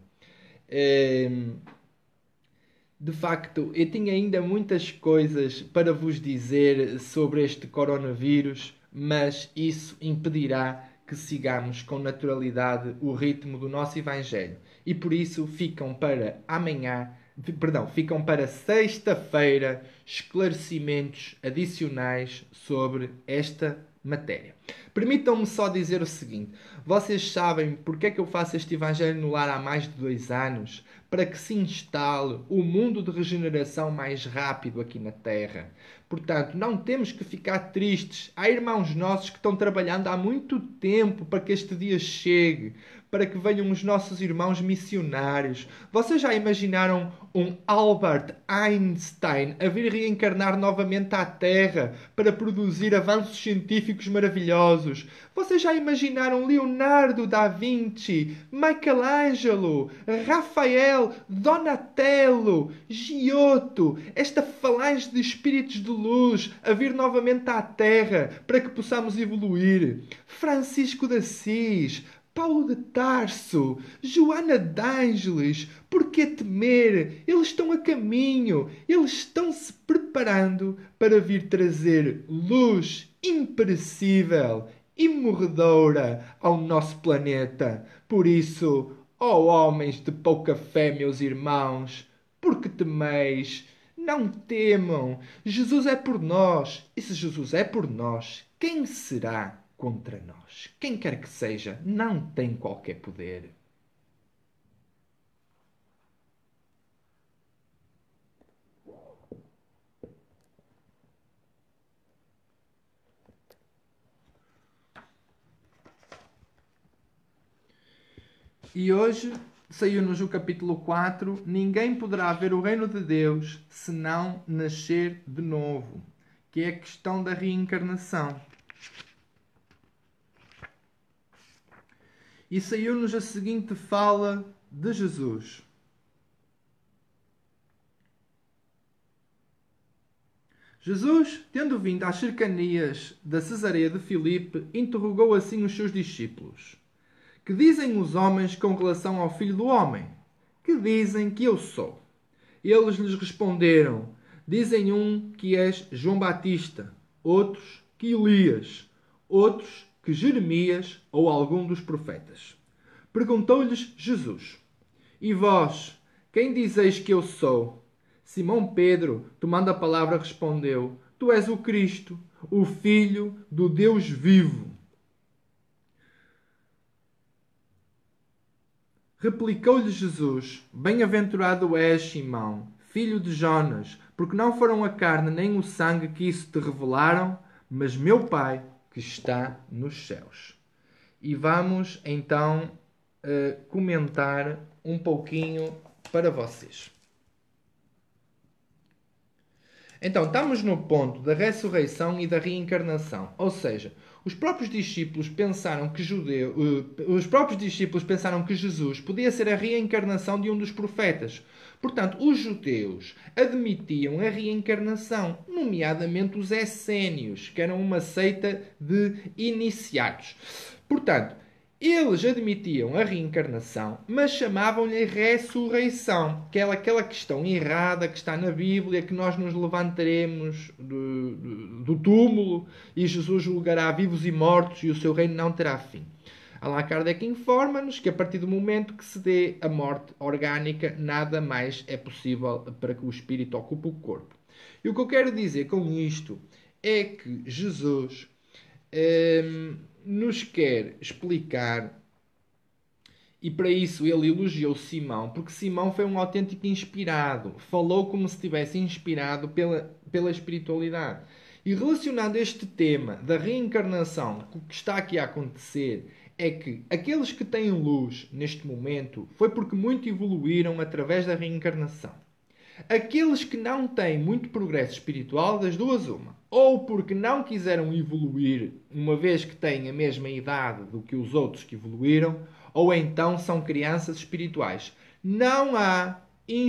De facto, eu tinha ainda muitas coisas para vos dizer sobre este coronavírus, mas isso impedirá que sigamos com naturalidade o ritmo do nosso Evangelho. E por isso ficam para amanhã, perdão, ficam para sexta-feira esclarecimentos adicionais sobre esta matéria. Permitam-me só dizer o seguinte: vocês sabem porque é que eu faço este Evangelho no Lar há mais de dois anos? Para que se instale o mundo de regeneração mais rápido aqui na Terra. Portanto, não temos que ficar tristes. Há irmãos nossos que estão trabalhando há muito tempo para que este dia chegue, para que venham os nossos irmãos missionários. Vocês já imaginaram um Albert Einstein a vir reencarnar novamente à Terra para produzir avanços científicos maravilhosos? Vocês já imaginaram Leonardo da Vinci, Michelangelo, Rafael, Donatello, Giotto, esta falange de espíritos de luz a vir novamente à Terra para que possamos evoluir? Francisco de Assis, Paulo de Tarso, Joana de Ângeles, por que temer? Eles estão a caminho, eles estão-se preparando para vir trazer luz imperecível, imorredoura ao nosso planeta. Por isso, ó homens de pouca fé, meus irmãos, por que temeis? Não temam, Jesus é por nós, e se Jesus é por nós, quem será contra nós? Quem quer que seja, não tem qualquer poder. E hoje saiu-nos o capítulo quatro. Ninguém poderá ver o reino de Deus se não nascer de novo, que é a questão da reencarnação. E saiu-nos a seguinte fala de Jesus: Jesus, tendo vindo às cercanias da Cesareia de Filipe, interrogou assim os seus discípulos: que dizem os homens com relação ao Filho do Homem? Que dizem que eu sou? Eles lhes responderam: dizem um que és João Batista, outros que Elias, outros que Jeremias ou algum dos profetas. Perguntou-lhes Jesus: e vós, quem dizeis que eu sou? Simão Pedro, tomando a palavra, respondeu: tu és o Cristo, o Filho do Deus vivo. Replicou-lhe Jesus: bem-aventurado és, Simão, filho de Jonas, porque não foram a carne nem o sangue que isso te revelaram, mas meu Pai que está nos céus. E vamos então uh, comentar um pouquinho para vocês. Então, estamos no ponto da ressurreição e da reencarnação. Ou seja, os próprios discípulos pensaram que judeu, uh, os próprios discípulos pensaram que Jesus podia ser a reencarnação de um dos profetas. Portanto, os judeus admitiam a reencarnação, nomeadamente os essênios, que eram uma seita de iniciados. Portanto, eles admitiam a reencarnação, mas chamavam-lhe ressurreição, que é aquela questão errada que está na Bíblia, que nós nos levantaremos do, do, do túmulo e Jesus julgará vivos e mortos e o seu reino não terá fim. Allan Kardec informa-nos que a partir do momento que se dê a morte orgânica, nada mais é possível para que o espírito ocupe o corpo. E o que eu quero dizer com isto é que Jesus hum, nos quer explicar, e para isso ele elogiou Simão, porque Simão foi um autêntico inspirado, falou como se estivesse inspirado pela, pela espiritualidade. E relacionando este tema da reencarnação com o que está aqui a acontecer, é que aqueles que têm luz neste momento foi porque muito evoluíram através da reencarnação. Aqueles que não têm muito progresso espiritual, das duas uma. Ou porque não quiseram evoluir, uma vez que têm a mesma idade do que os outros que evoluíram, ou então são crianças espirituais. Não há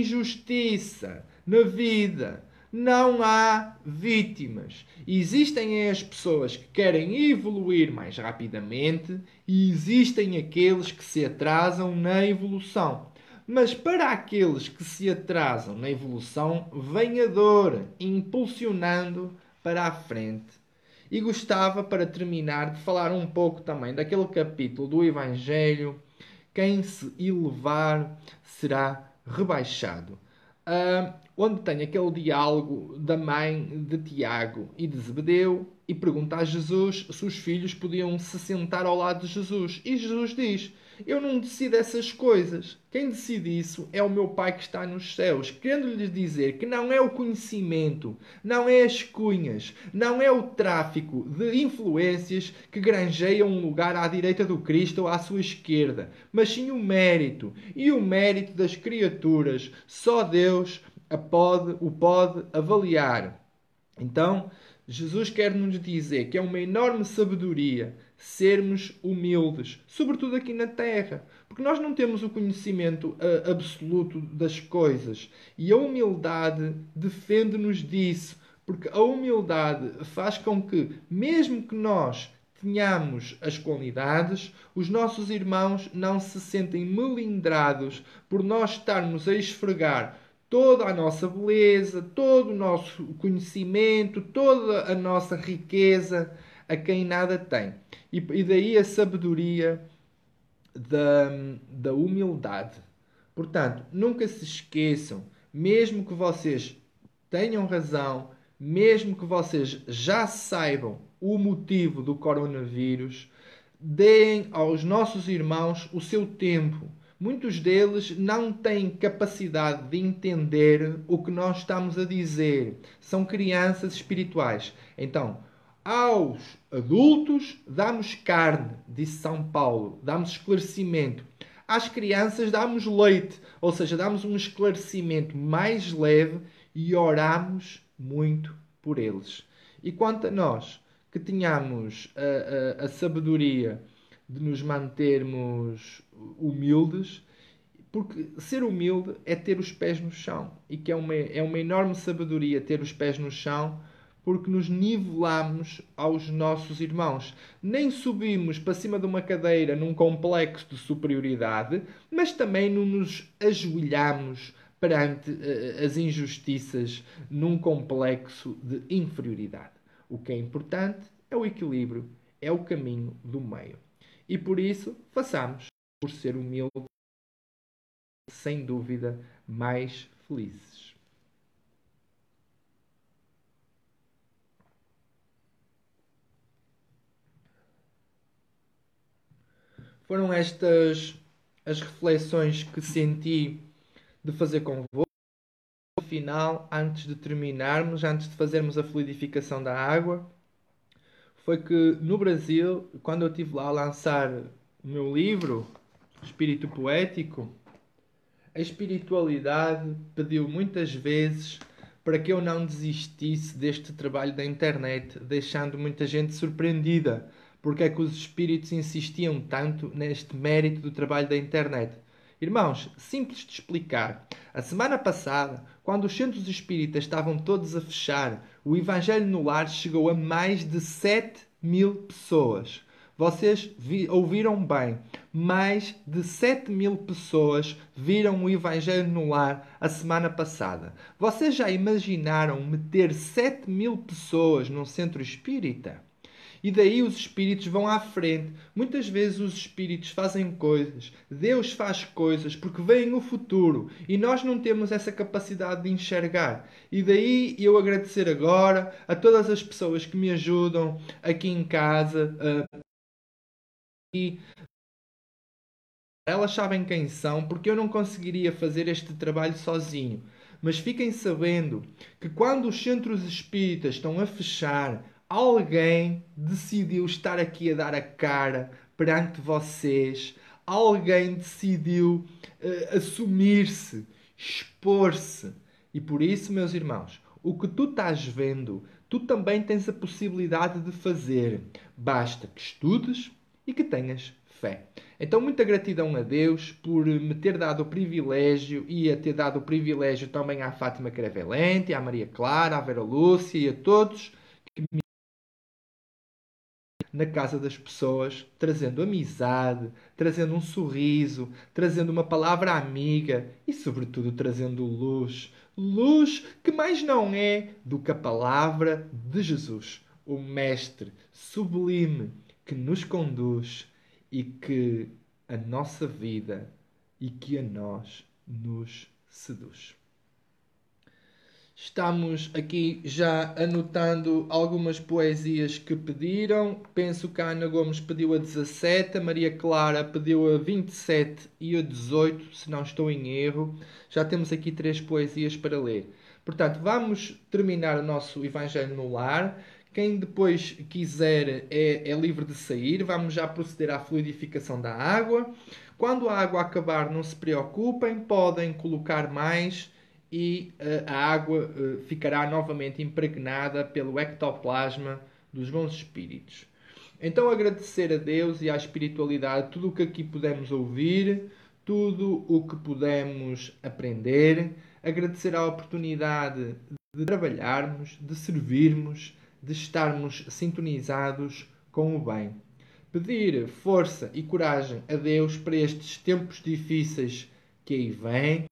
injustiça na vida. Não há vítimas. Existem as pessoas que querem evoluir mais rapidamente e existem aqueles que se atrasam na evolução. Mas para aqueles que se atrasam na evolução, vem a dor impulsionando para a frente. E gostava, para terminar, de falar um pouco também daquele capítulo do Evangelho: quem se elevar será rebaixado. Uh, onde tem aquele diálogo da mãe de Tiago e de Zebedeu e pergunta a Jesus se os filhos podiam se sentar ao lado de Jesus. E Jesus diz: eu não decido essas coisas. Quem decide isso é o meu Pai que está nos céus. Querendo-lhes dizer que não é o conhecimento, não é as cunhas, não é o tráfico de influências que granjeiam um lugar à direita do Cristo ou à sua esquerda, mas sim o mérito. E o mérito das criaturas, só Deus a pode, o pode avaliar. Então, Jesus quer nos dizer que é uma enorme sabedoria sermos humildes, sobretudo aqui na Terra, porque nós não temos o conhecimento uh, absoluto das coisas. E a humildade defende-nos disso, porque a humildade faz com que, mesmo que nós tenhamos as qualidades, os nossos irmãos não se sentem melindrados por nós estarmos a esfregar toda a nossa beleza, todo o nosso conhecimento, toda a nossa riqueza a quem nada tem. E, e daí a sabedoria da, da humildade. Portanto, nunca se esqueçam, mesmo que vocês tenham razão, mesmo que vocês já saibam o motivo do coronavírus, deem aos nossos irmãos o seu tempo. Muitos deles não têm capacidade de entender o que nós estamos a dizer. São crianças espirituais. Então, aos adultos damos carne, disse São Paulo, damos esclarecimento. Às crianças damos leite, ou seja, damos um esclarecimento mais leve e oramos muito por eles. E quanto a nós, que tenhamos a, a, a sabedoria de nos mantermos humildes, porque ser humilde é ter os pés no chão, e que é uma, é uma enorme sabedoria ter os pés no chão, porque nos nivelamos aos nossos irmãos. Nem subimos para cima de uma cadeira num complexo de superioridade, mas também não nos ajoelhamos perante uh, as injustiças num complexo de inferioridade. O que é importante é o equilíbrio, é o caminho do meio. E por isso, façamos, por ser humilde, sem dúvida, mais felizes. Foram estas as reflexões que senti de fazer convosco. final, antes de terminarmos, antes de fazermos a fluidificação da água, foi que no Brasil, quando eu estive lá a lançar o meu livro, Espírito Poético, a espiritualidade pediu muitas vezes para que eu não desistisse deste trabalho da internet, deixando muita gente surpreendida. Porque é que os espíritos insistiam tanto neste mérito do trabalho da internet? Irmãos, simples de explicar. A semana passada, quando os centros espíritas estavam todos a fechar, o Evangelho no Lar chegou a mais de sete mil pessoas. Vocês vi, ouviram bem. Mais de sete mil pessoas viram o Evangelho no Lar a semana passada. Vocês já imaginaram meter sete mil pessoas num centro espírita? E daí os espíritos vão à frente. Muitas vezes os espíritos fazem coisas, Deus faz coisas porque veem o futuro e nós não temos essa capacidade de enxergar. E daí eu agradecer agora a todas as pessoas que me ajudam aqui em casa. Uh, e elas sabem quem são porque eu não conseguiria fazer este trabalho sozinho. Mas fiquem sabendo que quando os centros espíritas estão a fechar, alguém decidiu estar aqui a dar a cara perante vocês. Alguém decidiu uh, assumir-se, expor-se. E por isso, meus irmãos, o que tu estás vendo, tu também tens a possibilidade de fazer. Basta que estudes e que tenhas fé. Então, muita gratidão a Deus por me ter dado o privilégio e a ter dado o privilégio também à Fátima Caravelente, à Maria Clara, à Vera Lúcia e a todos que me na casa das pessoas, trazendo amizade, trazendo um sorriso, trazendo uma palavra amiga e, sobretudo, trazendo luz. Luz que mais não é do que a palavra de Jesus, o Mestre sublime que nos conduz e que a nossa vida e que a nós nos seduz. Estamos aqui já anotando algumas poesias que pediram. Penso que a Ana Gomes pediu a dezassete, a Maria Clara pediu a vinte e sete e a dezoito, se não estou em erro. Já temos aqui três poesias para ler. Portanto, vamos terminar o nosso Evangelho no Lar. Quem depois quiser é, é livre de sair. Vamos já proceder à fluidificação da água. Quando a água acabar, não se preocupem, podem colocar mais e uh, a água uh, ficará novamente impregnada pelo ectoplasma dos bons espíritos. Então agradecer a Deus e à espiritualidade tudo o que aqui pudemos ouvir, tudo o que pudemos aprender, agradecer a oportunidade de trabalharmos, de servirmos, de estarmos sintonizados com o bem. Pedir força e coragem a Deus para estes tempos difíceis que aí vêm.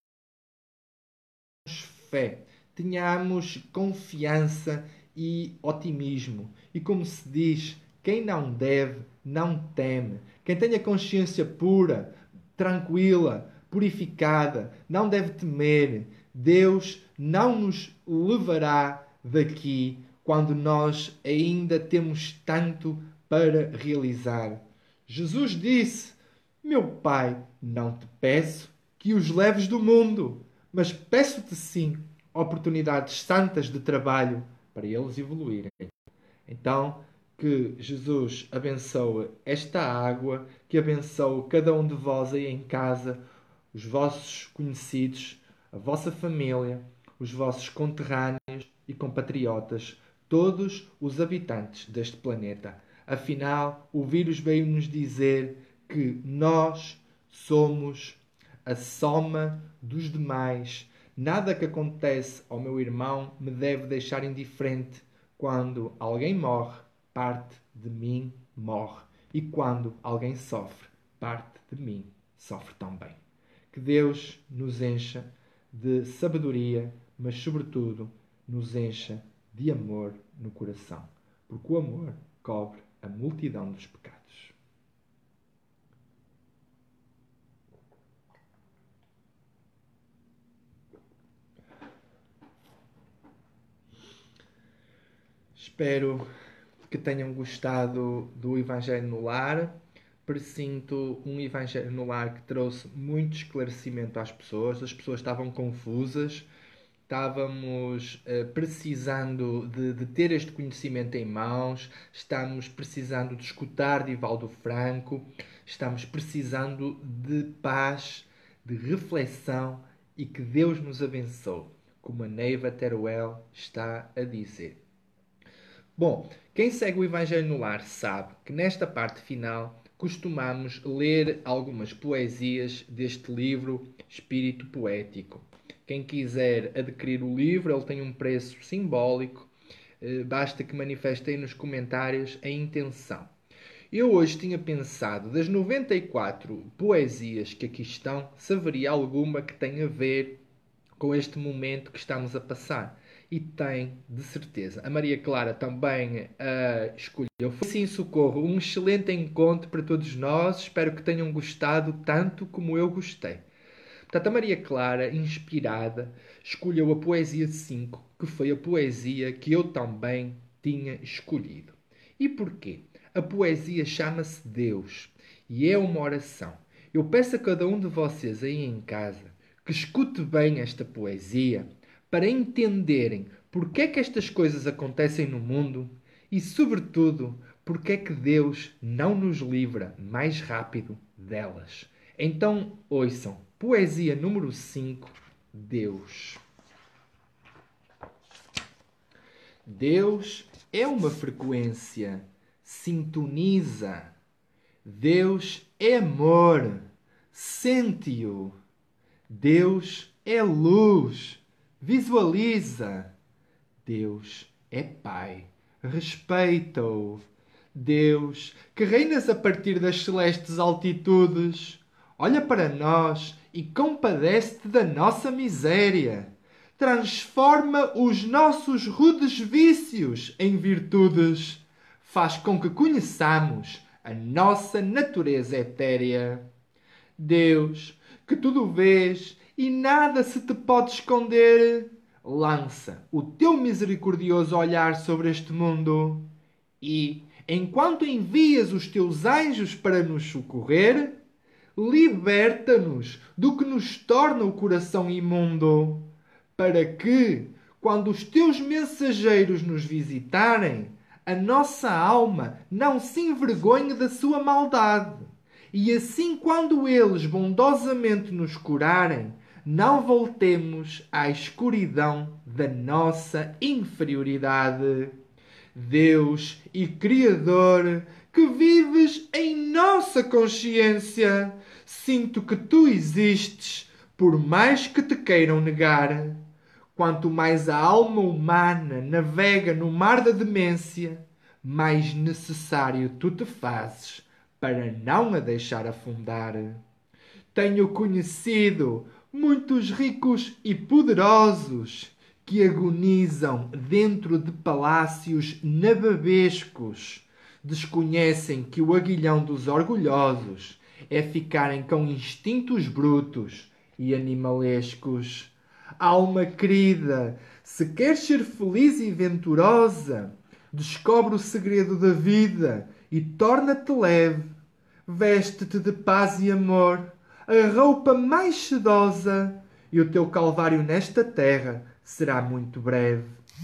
Fé, tenhamos confiança e otimismo. E como se diz, quem não deve, não teme. Quem tem a consciência pura, tranquila, purificada, não deve temer. Deus não nos levará daqui quando nós ainda temos tanto para realizar. Jesus disse: Meu Pai, não te peço que os leves do mundo, mas peço-te sim oportunidades santas de trabalho para eles evoluírem. Então, que Jesus abençoe esta água, que abençoe cada um de vós aí em casa, os vossos conhecidos, a vossa família, os vossos conterrâneos e compatriotas, todos os habitantes deste planeta. Afinal, o vírus veio-nos dizer que nós somos a soma dos demais. Nada que acontece ao meu irmão me deve deixar indiferente. Quando alguém morre, parte de mim morre. E quando alguém sofre, parte de mim sofre também. Que Deus nos encha de sabedoria, mas sobretudo nos encha de amor no coração. Porque o amor cobre a multidão dos pecados. Espero que tenham gostado do Evangelho no Lar. Presinto um Evangelho no Lar que trouxe muito esclarecimento às pessoas. As pessoas estavam confusas estávamos uh, precisando de, de ter este conhecimento em mãos, estamos precisando de escutar Divaldo Franco, estamos precisando de paz, de reflexão e que Deus nos abençoe, como a Neiva Teruel está a dizer. Bom, quem segue o Evangelho no Lar sabe que nesta parte final costumamos ler algumas poesias deste livro Espírito Poético. Quem quiser adquirir o livro, ele tem um preço simbólico, basta que manifestem nos comentários a intenção. Eu hoje tinha pensado, das noventa e quatro poesias que aqui estão, se haveria alguma que tenha a ver com este momento que estamos a passar. E tem, de certeza. A Maria Clara também uh, escolheu. Foi sim, Socorro, um excelente encontro para todos nós. Espero que tenham gostado tanto como eu gostei. Portanto, a Maria Clara, inspirada, escolheu a poesia cinco, que foi a poesia que eu também tinha escolhido. E porquê? A poesia chama-se Deus e é uma oração. Eu peço a cada um de vocês aí em casa que escute bem esta poesia para entenderem porque é que estas coisas acontecem no mundo e, sobretudo, porque é que Deus não nos livra mais rápido delas. Então, ouçam, poesia número cinco, Deus. Deus é uma frequência, sintoniza. Deus é amor, sente-o. Deus é luz, visualiza. Deus é Pai, respeita-o. Deus, que reinas a partir das celestes altitudes, olha para nós e compadece-te da nossa miséria. Transforma os nossos rudes vícios em virtudes. Faz com que conheçamos a nossa natureza etérea. Deus, que tudo vês e nada se te pode esconder, lança o teu misericordioso olhar sobre este mundo e, enquanto envias os teus anjos para nos socorrer, liberta-nos do que nos torna o coração imundo, para que, quando os teus mensageiros nos visitarem, a nossa alma não se envergonhe da sua maldade. E assim, quando eles bondosamente nos curarem, não voltemos à escuridão da nossa inferioridade. Deus e Criador, que vives em nossa consciência, sinto que tu existes, por mais que te queiram negar. Quanto mais a alma humana navega no mar da demência, mais necessário tu te fazes para não a deixar afundar. Tenho conhecido muitos ricos e poderosos que agonizam dentro de palácios nababescos. Desconhecem que o aguilhão dos orgulhosos é ficarem com instintos brutos e animalescos. Alma querida, se queres ser feliz e venturosa, descobre o segredo da vida e torna-te leve. Veste-te de paz e amor, a roupa mais sedosa, e o teu calvário nesta terra será muito breve.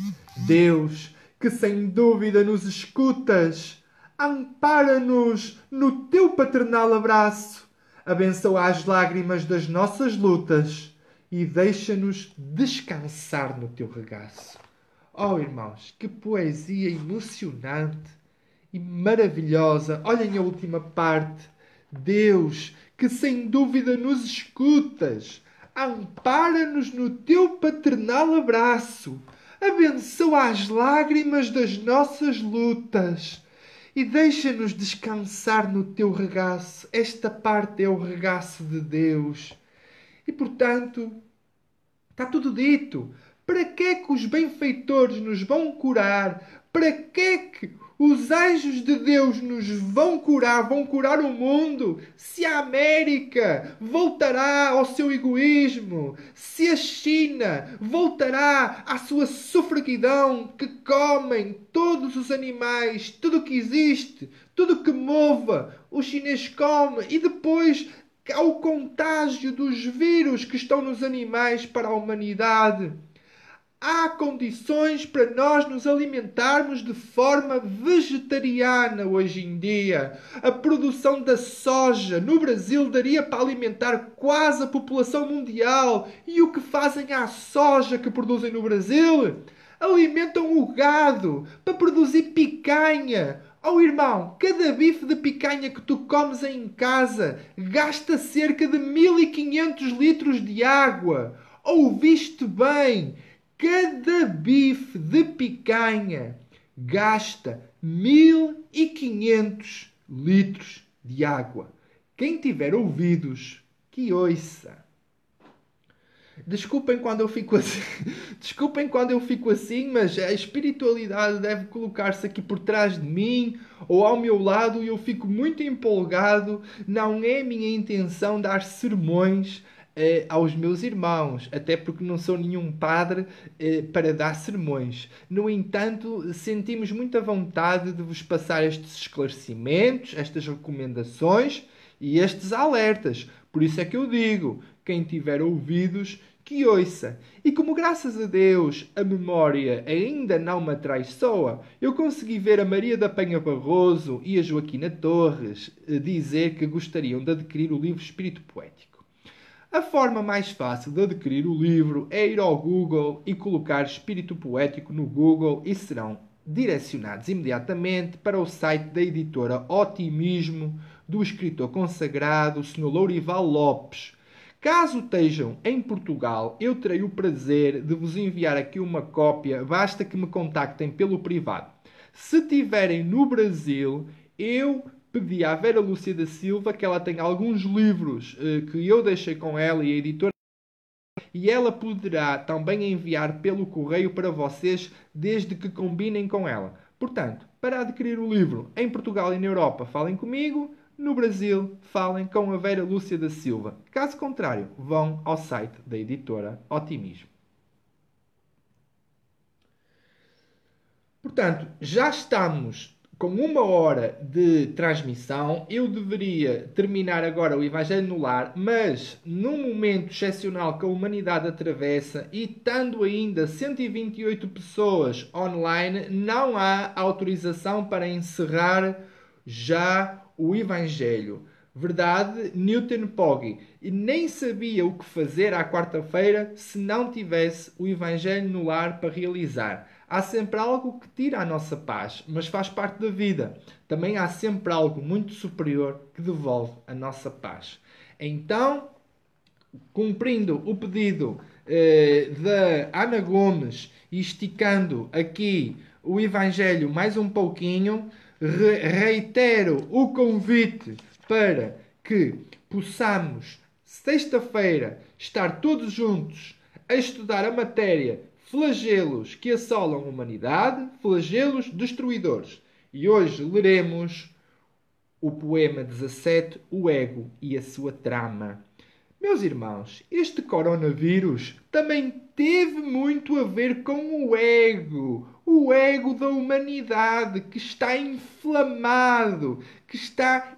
Deus, que sem dúvida nos escutas, ampara-nos no teu paternal abraço, abençoa as lágrimas das nossas lutas e deixa-nos descansar no teu regaço. Oh, irmãos, que poesia emocionante e maravilhosa. Olhem a última parte. Deus, que sem dúvida nos escutas, ampara-nos no teu paternal abraço, abençoa as lágrimas das nossas lutas e deixa-nos descansar no teu regaço. Esta parte é o regaço de Deus. E, portanto, está tudo dito. Para que é que os benfeitores nos vão curar? Para que é que os anjos de Deus nos vão curar, vão curar o mundo? Se a América voltará ao seu egoísmo, se a China voltará à sua sofreguidão, que comem todos os animais, tudo o que existe, tudo o que mova, o chinês come, e depois ao contágio dos vírus que estão nos animais para a humanidade. Há condições para nós nos alimentarmos de forma vegetariana hoje em dia. A produção da soja no Brasil daria para alimentar quase a população mundial. E o que fazem à soja que produzem no Brasil? Alimentam o gado para produzir picanha. Oh irmão, cada bife de picanha que tu comes em casa gasta cerca de mil e quinhentos litros de água. Ouviste bem? Cada bife de picanha gasta mil e quinhentos litros de água. Quem tiver ouvidos, que ouça. Desculpem quando eu fico assim, desculpem quando eu fico assim, mas a espiritualidade deve colocar-se aqui por trás de mim ou ao meu lado e eu fico muito empolgado. Não é minha intenção dar sermões eh, aos meus irmãos, até porque não sou nenhum padre eh, para dar sermões. No entanto, sentimos muita vontade de vos passar estes esclarecimentos, estas recomendações e estes alertas. Por isso é que eu digo, quem tiver ouvidos, que ouça. E como graças a Deus a memória ainda não me atraiçoa, eu consegui ver a Maria da Penha Barroso e a Joaquina Torres dizer que gostariam de adquirir o livro Espírito Poético. A forma mais fácil de adquirir o livro é ir ao Google e colocar Espírito Poético no Google e serão direcionados imediatamente para o site da editora Otimismo, do escritor consagrado senhor Lourival Lopes. Caso estejam em Portugal, eu terei o prazer de vos enviar aqui uma cópia, basta que me contactem pelo privado. Se estiverem no Brasil, eu pedi à Vera Lúcia da Silva que ela tenha alguns livros eh, que eu deixei com ela e a editora e ela poderá também enviar pelo correio para vocês desde que combinem com ela. Portanto, para adquirir o livro em Portugal e na Europa, falem comigo. No Brasil, falem com a Vera Lúcia da Silva. Caso contrário, vão ao site da editora Otimismo. Portanto, já estamos com uma hora de transmissão. Eu deveria terminar agora o Evangelho no Lar, mas num momento excepcional que a humanidade atravessa e estando ainda cento e vinte e oito pessoas online, não há autorização para encerrar já o Evangelho. Verdade, Newton Poggi. E nem sabia o que fazer à quarta-feira se não tivesse o Evangelho no Lar para realizar. Há sempre algo que tira a nossa paz, mas faz parte da vida. Também há sempre algo muito superior que devolve a nossa paz. Então, cumprindo o pedido eh, da Ana Gomes e esticando aqui o Evangelho mais um pouquinho, re reitero o convite para que possamos, sexta-feira, estar todos juntos a estudar a matéria flagelos que assolam a humanidade, flagelos destruidores. E hoje leremos o poema dezassete, O Ego e a sua trama. Meus irmãos, este coronavírus também teve muito a ver com o ego. O ego da humanidade que está inflamado, que está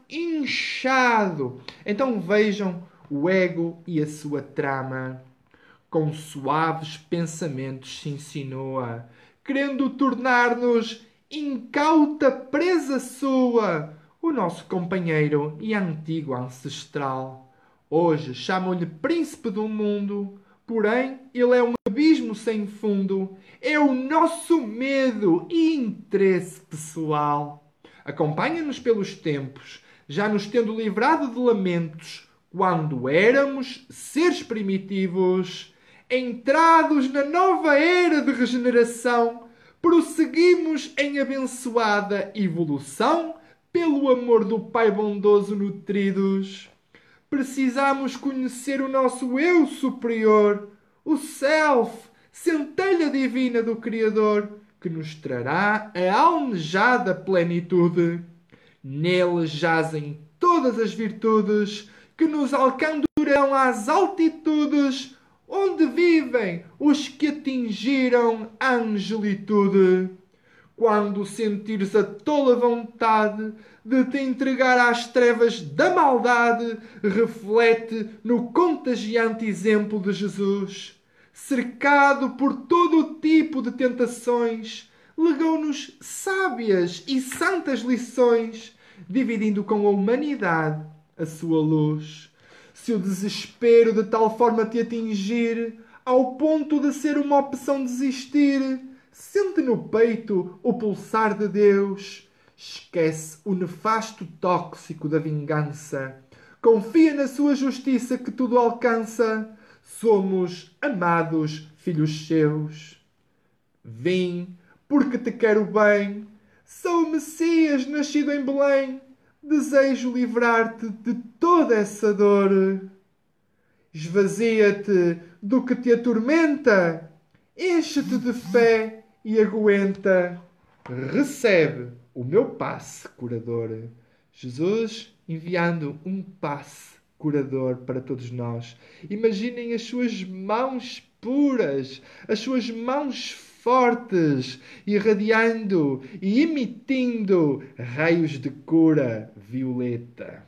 inchado. Então vejam o ego e a sua trama. Com suaves pensamentos se insinua, querendo tornar-nos incauta presa sua, o nosso companheiro e antigo ancestral. Hoje chamam-lhe príncipe do mundo, porém ele é um abismo sem fundo, é o nosso medo e interesse pessoal. Acompanha-nos pelos tempos, já nos tendo livrado de lamentos, quando éramos seres primitivos. Entrados na nova era de regeneração, prosseguimos em abençoada evolução, pelo amor do Pai bondoso nutridos. Precisamos conhecer o nosso eu superior, o Self, centelha divina do Criador, que nos trará a almejada plenitude. Nele jazem todas as virtudes que nos alcançarão às altitudes onde vivem os que atingiram a angelitude. Quando sentires a tola vontade de te entregar às trevas da maldade, reflete no contagiante exemplo de Jesus. cercado por todo o tipo de tentações, legou-nos sábias e santas lições, dividindo com a humanidade a sua luz. Se o desespero de tal forma te atingir, ao ponto de ser uma opção desistir, sente no peito o pulsar de Deus. Esquece o nefasto tóxico da vingança. Confia na sua justiça que tudo alcança. Somos amados filhos seus. Vim porque te quero bem. Sou o Messias nascido em Belém. Desejo livrar-te de toda essa dor. Esvazia-te do que te atormenta. Enche-te de fé e aguenta. Recebe o meu passe curador. Jesus enviando um passe curador para todos nós. Imaginem as suas mãos puras, as suas mãos fortes, irradiando e emitindo raios de cura violeta.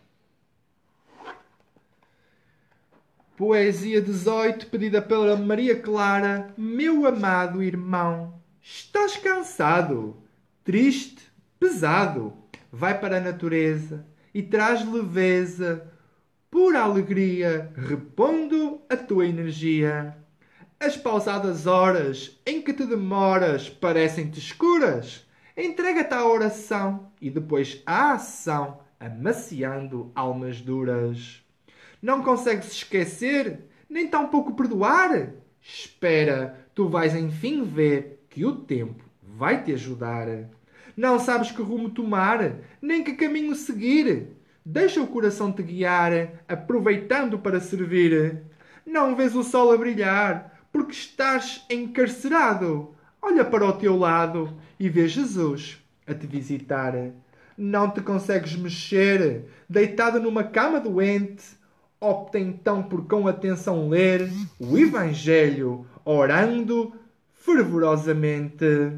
Poesia dezoito, pedida pela Maria Clara. Meu amado irmão, estás cansado, triste, pesado? Vai para a natureza e traz leveza, pura alegria, repondo a tua energia. As pausadas horas em que te demoras parecem-te escuras. Entrega-te à oração e depois à ação, amaciando almas duras. Não consegues esquecer, nem tampouco perdoar? Espera, tu vais enfim ver que o tempo vai te ajudar. Não sabes que rumo tomar, nem que caminho seguir. Deixa o coração te guiar, aproveitando para servir. Não vês o sol a brilhar, porque estás encarcerado. Olha para o teu lado e vê Jesus a te visitar. Não te consegues mexer, deitado numa cama doente. Opta então por com atenção ler o Evangelho, orando fervorosamente.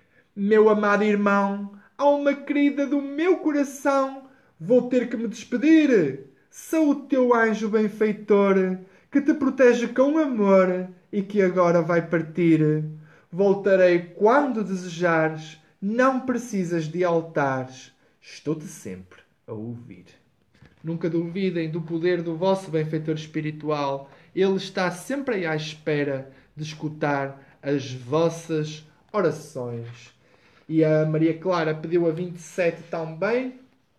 Meu amado irmão, alma querida do meu coração, vou ter que me despedir. Sou o teu anjo benfeitor, que te protege com amor e que agora vai partir. Voltarei quando desejares, não precisas de altares. Estou-te sempre a ouvir. Nunca duvidem do poder do vosso benfeitor espiritual. Ele está sempre aí à espera de escutar as vossas orações. E a Maria Clara pediu a vinte e sete também.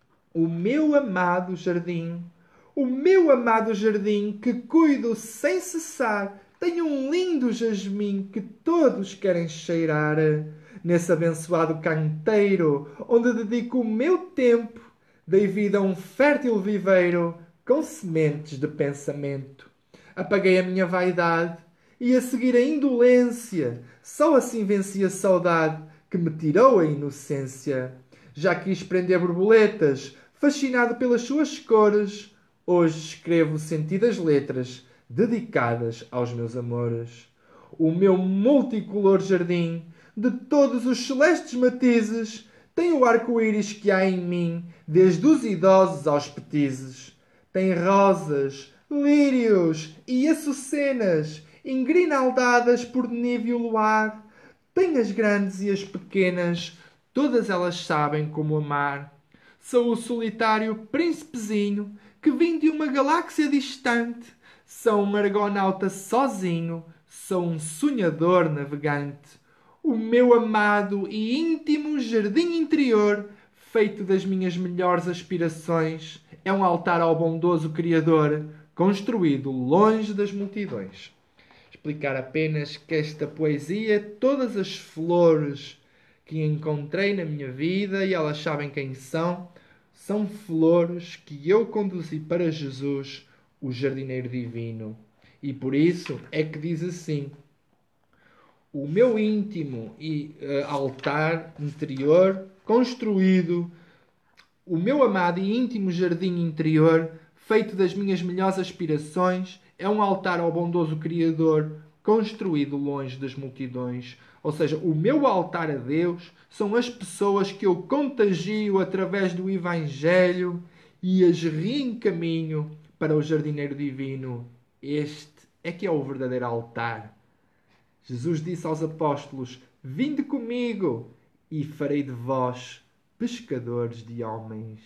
O meu amado jardim, o meu amado jardim, que cuido sem cessar, tem um lindo jasmim que todos querem cheirar. Nesse abençoado canteiro, onde dedico o meu tempo, dei vida a um fértil viveiro com sementes de pensamento. Apaguei a minha vaidade e a seguir a indolência. Só assim venci a saudade que me tirou a inocência. Já quis prender borboletas, fascinado pelas suas cores. Hoje escrevo sentidas letras dedicadas aos meus amores. O meu multicolor jardim, de todos os celestes matizes, tem o arco-íris que há em mim, desde os idosos aos petizes. Tem rosas, lírios e açucenas, engrinaldadas por níveo luar. Tem as grandes e as pequenas, todas elas sabem como amar. Sou o solitário príncipezinho, que vim de uma galáxia distante. Sou um argonauta sozinho, sou um sonhador navegante. O meu amado e íntimo jardim interior, feito das minhas melhores aspirações, é um altar ao bondoso Criador, construído longe das multidões. Explicar apenas que esta poesia, todas as flores que encontrei na minha vida, e elas sabem quem são, são flores que eu conduzi para Jesus, o jardineiro divino. E por isso é que diz assim: o meu íntimo e uh, altar interior construído, o meu amado e íntimo jardim interior, feito das minhas melhores aspirações, é um altar ao bondoso Criador, construído longe das multidões. Ou seja, o meu altar a Deus são as pessoas que eu contagio através do Evangelho e as reencaminho para o jardineiro divino. Este é que é o verdadeiro altar Jesus disse aos apóstolos: vinde comigo e farei de vós pescadores de homens.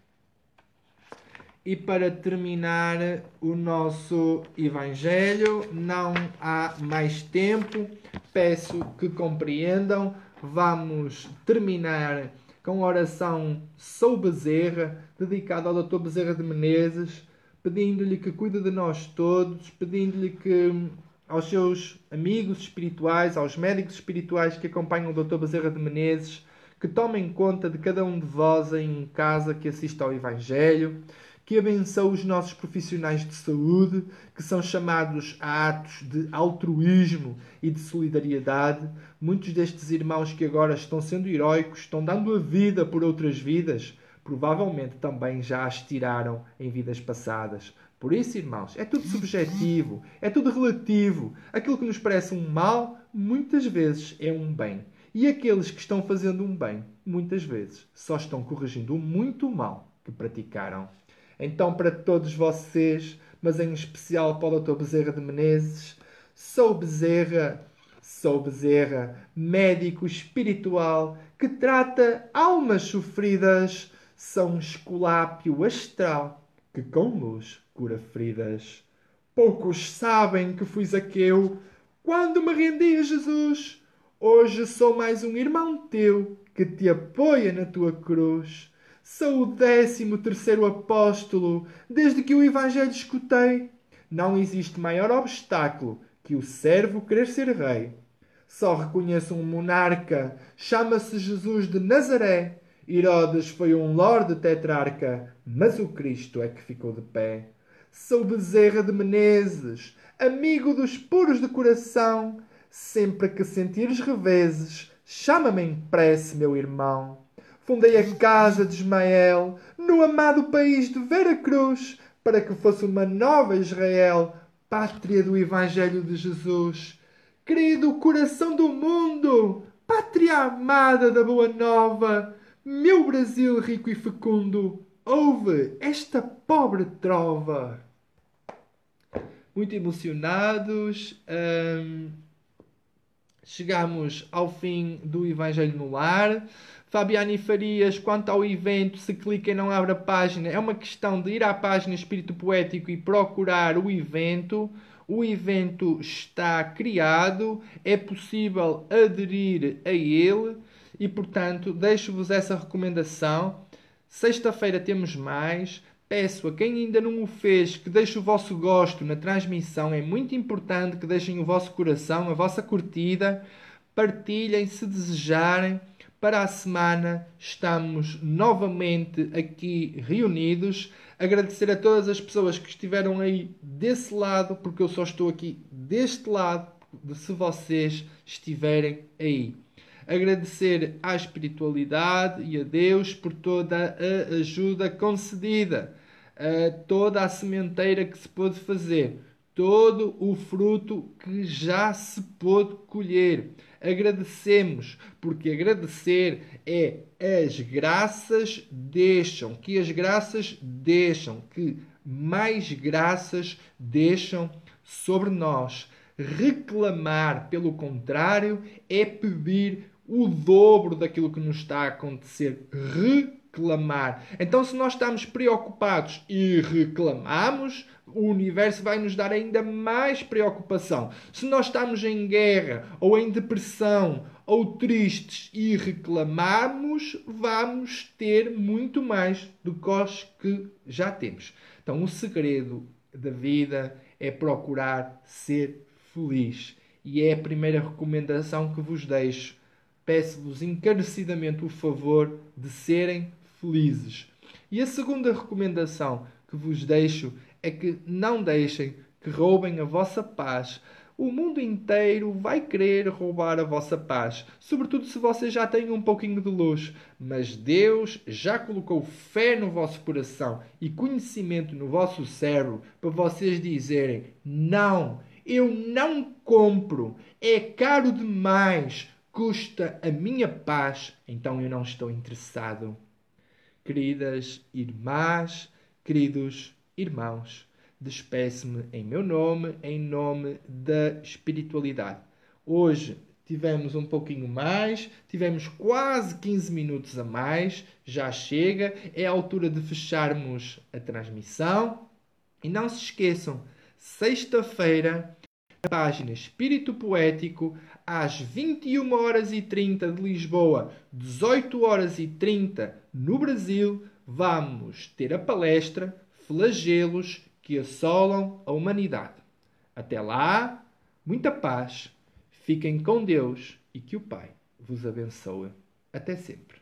E para terminar o nosso Evangelho, não há mais tempo, peço que compreendam. Vamos terminar com a oração Sou Bezerra, dedicada ao doutor Bezerra de Menezes, pedindo-lhe que cuide de nós todos, pedindo-lhe que aos seus amigos espirituais, aos médicos espirituais que acompanham o doutor Bezerra de Menezes, que tomem conta de cada um de vós em casa que assista ao Evangelho, que abençoe os nossos profissionais de saúde, que são chamados a atos de altruísmo e de solidariedade. Muitos destes irmãos que agora estão sendo heroicos, estão dando a vida por outras vidas, provavelmente também já as tiraram em vidas passadas. Por isso, irmãos, é tudo subjetivo, é tudo relativo. Aquilo que nos parece um mal, muitas vezes é um bem. E aqueles que estão fazendo um bem, muitas vezes, só estão corrigindo o muito mal que praticaram. Então, para todos vocês, mas em especial para o doutor Bezerra de Menezes, sou Bezerra, sou Bezerra, médico espiritual que trata almas sofridas, sou um esculápio astral que com luz cura feridas. Poucos sabem que fui Zaqueu quando me rendi a Jesus. Hoje sou mais um irmão teu que te apoia na tua cruz. Sou o décimo terceiro apóstolo desde que o Evangelho escutei. Não existe maior obstáculo que o servo querer ser rei. Só reconheço um monarca, chama-se Jesus de Nazaré. Herodes foi um lorde tetrarca, mas o Cristo é que ficou de pé. Sou Bezerra de Menezes, amigo dos puros de coração. Sempre que sentires reveses, chama-me em prece, meu irmão. Fundei a casa de Ismael, no amado país de Veracruz, para que fosse uma nova Israel, pátria do Evangelho de Jesus. Querido coração do mundo, pátria amada da Boa Nova, meu Brasil rico e fecundo, ouve esta pobre trova. Muito emocionados, hum, chegamos ao fim do Evangelho no Lar. Fabiane Farias, quanto ao evento, se clica e não abre a página, é uma questão de ir à página Espírito Poético e procurar o evento. O evento está criado, é possível aderir a ele e, portanto, deixo-vos essa recomendação. Sexta-feira temos mais. Peço a quem ainda não o fez que deixe o vosso gosto na transmissão. É muito importante que deixem o vosso coração, a vossa curtida. Partilhem se desejarem. Para a semana estamos novamente aqui reunidos. Agradecer a todas as pessoas que estiveram aí desse lado, porque eu só estou aqui deste lado, se vocês estiverem aí. Agradecer à espiritualidade e a Deus por toda a ajuda concedida, a toda a sementeira que se pôde fazer, todo o fruto que já se pôde colher. Agradecemos, porque agradecer é as graças deixam, que as graças deixam, que mais graças deixam sobre nós. Reclamar, pelo contrário, é pedir o dobro daquilo que nos está a acontecer. Reclamar. Então, se nós estamos preocupados e reclamamos, o universo vai nos dar ainda mais preocupação. Se nós estamos em guerra, ou em depressão, ou tristes e reclamarmos, vamos ter muito mais do que os que já temos. Então, o segredo da vida é procurar ser feliz. E é a primeira recomendação que vos deixo. Peço-vos encarecidamente o favor de serem felizes. E a segunda recomendação que vos deixo é que não deixem que roubem a vossa paz. O mundo inteiro vai querer roubar a vossa paz, sobretudo se vocês já têm um pouquinho de luz. Mas Deus já colocou fé no vosso coração e conhecimento no vosso cérebro para vocês dizerem: não, eu não compro, é caro demais, custa a minha paz, então eu não estou interessado. Queridas irmãs, queridos irmãos, despeço-me em meu nome, em nome da espiritualidade. Hoje tivemos um pouquinho mais, tivemos quase quinze minutos a mais, já chega, é a altura de fecharmos a transmissão. E não se esqueçam, sexta-feira, na página Espírito Poético, às vinte e uma horas e trinta de Lisboa, dezoito horas e trinta no Brasil, vamos ter a palestra Flagelos que assolam a humanidade. Até lá, muita paz, fiquem com Deus e que o Pai vos abençoe. Até sempre.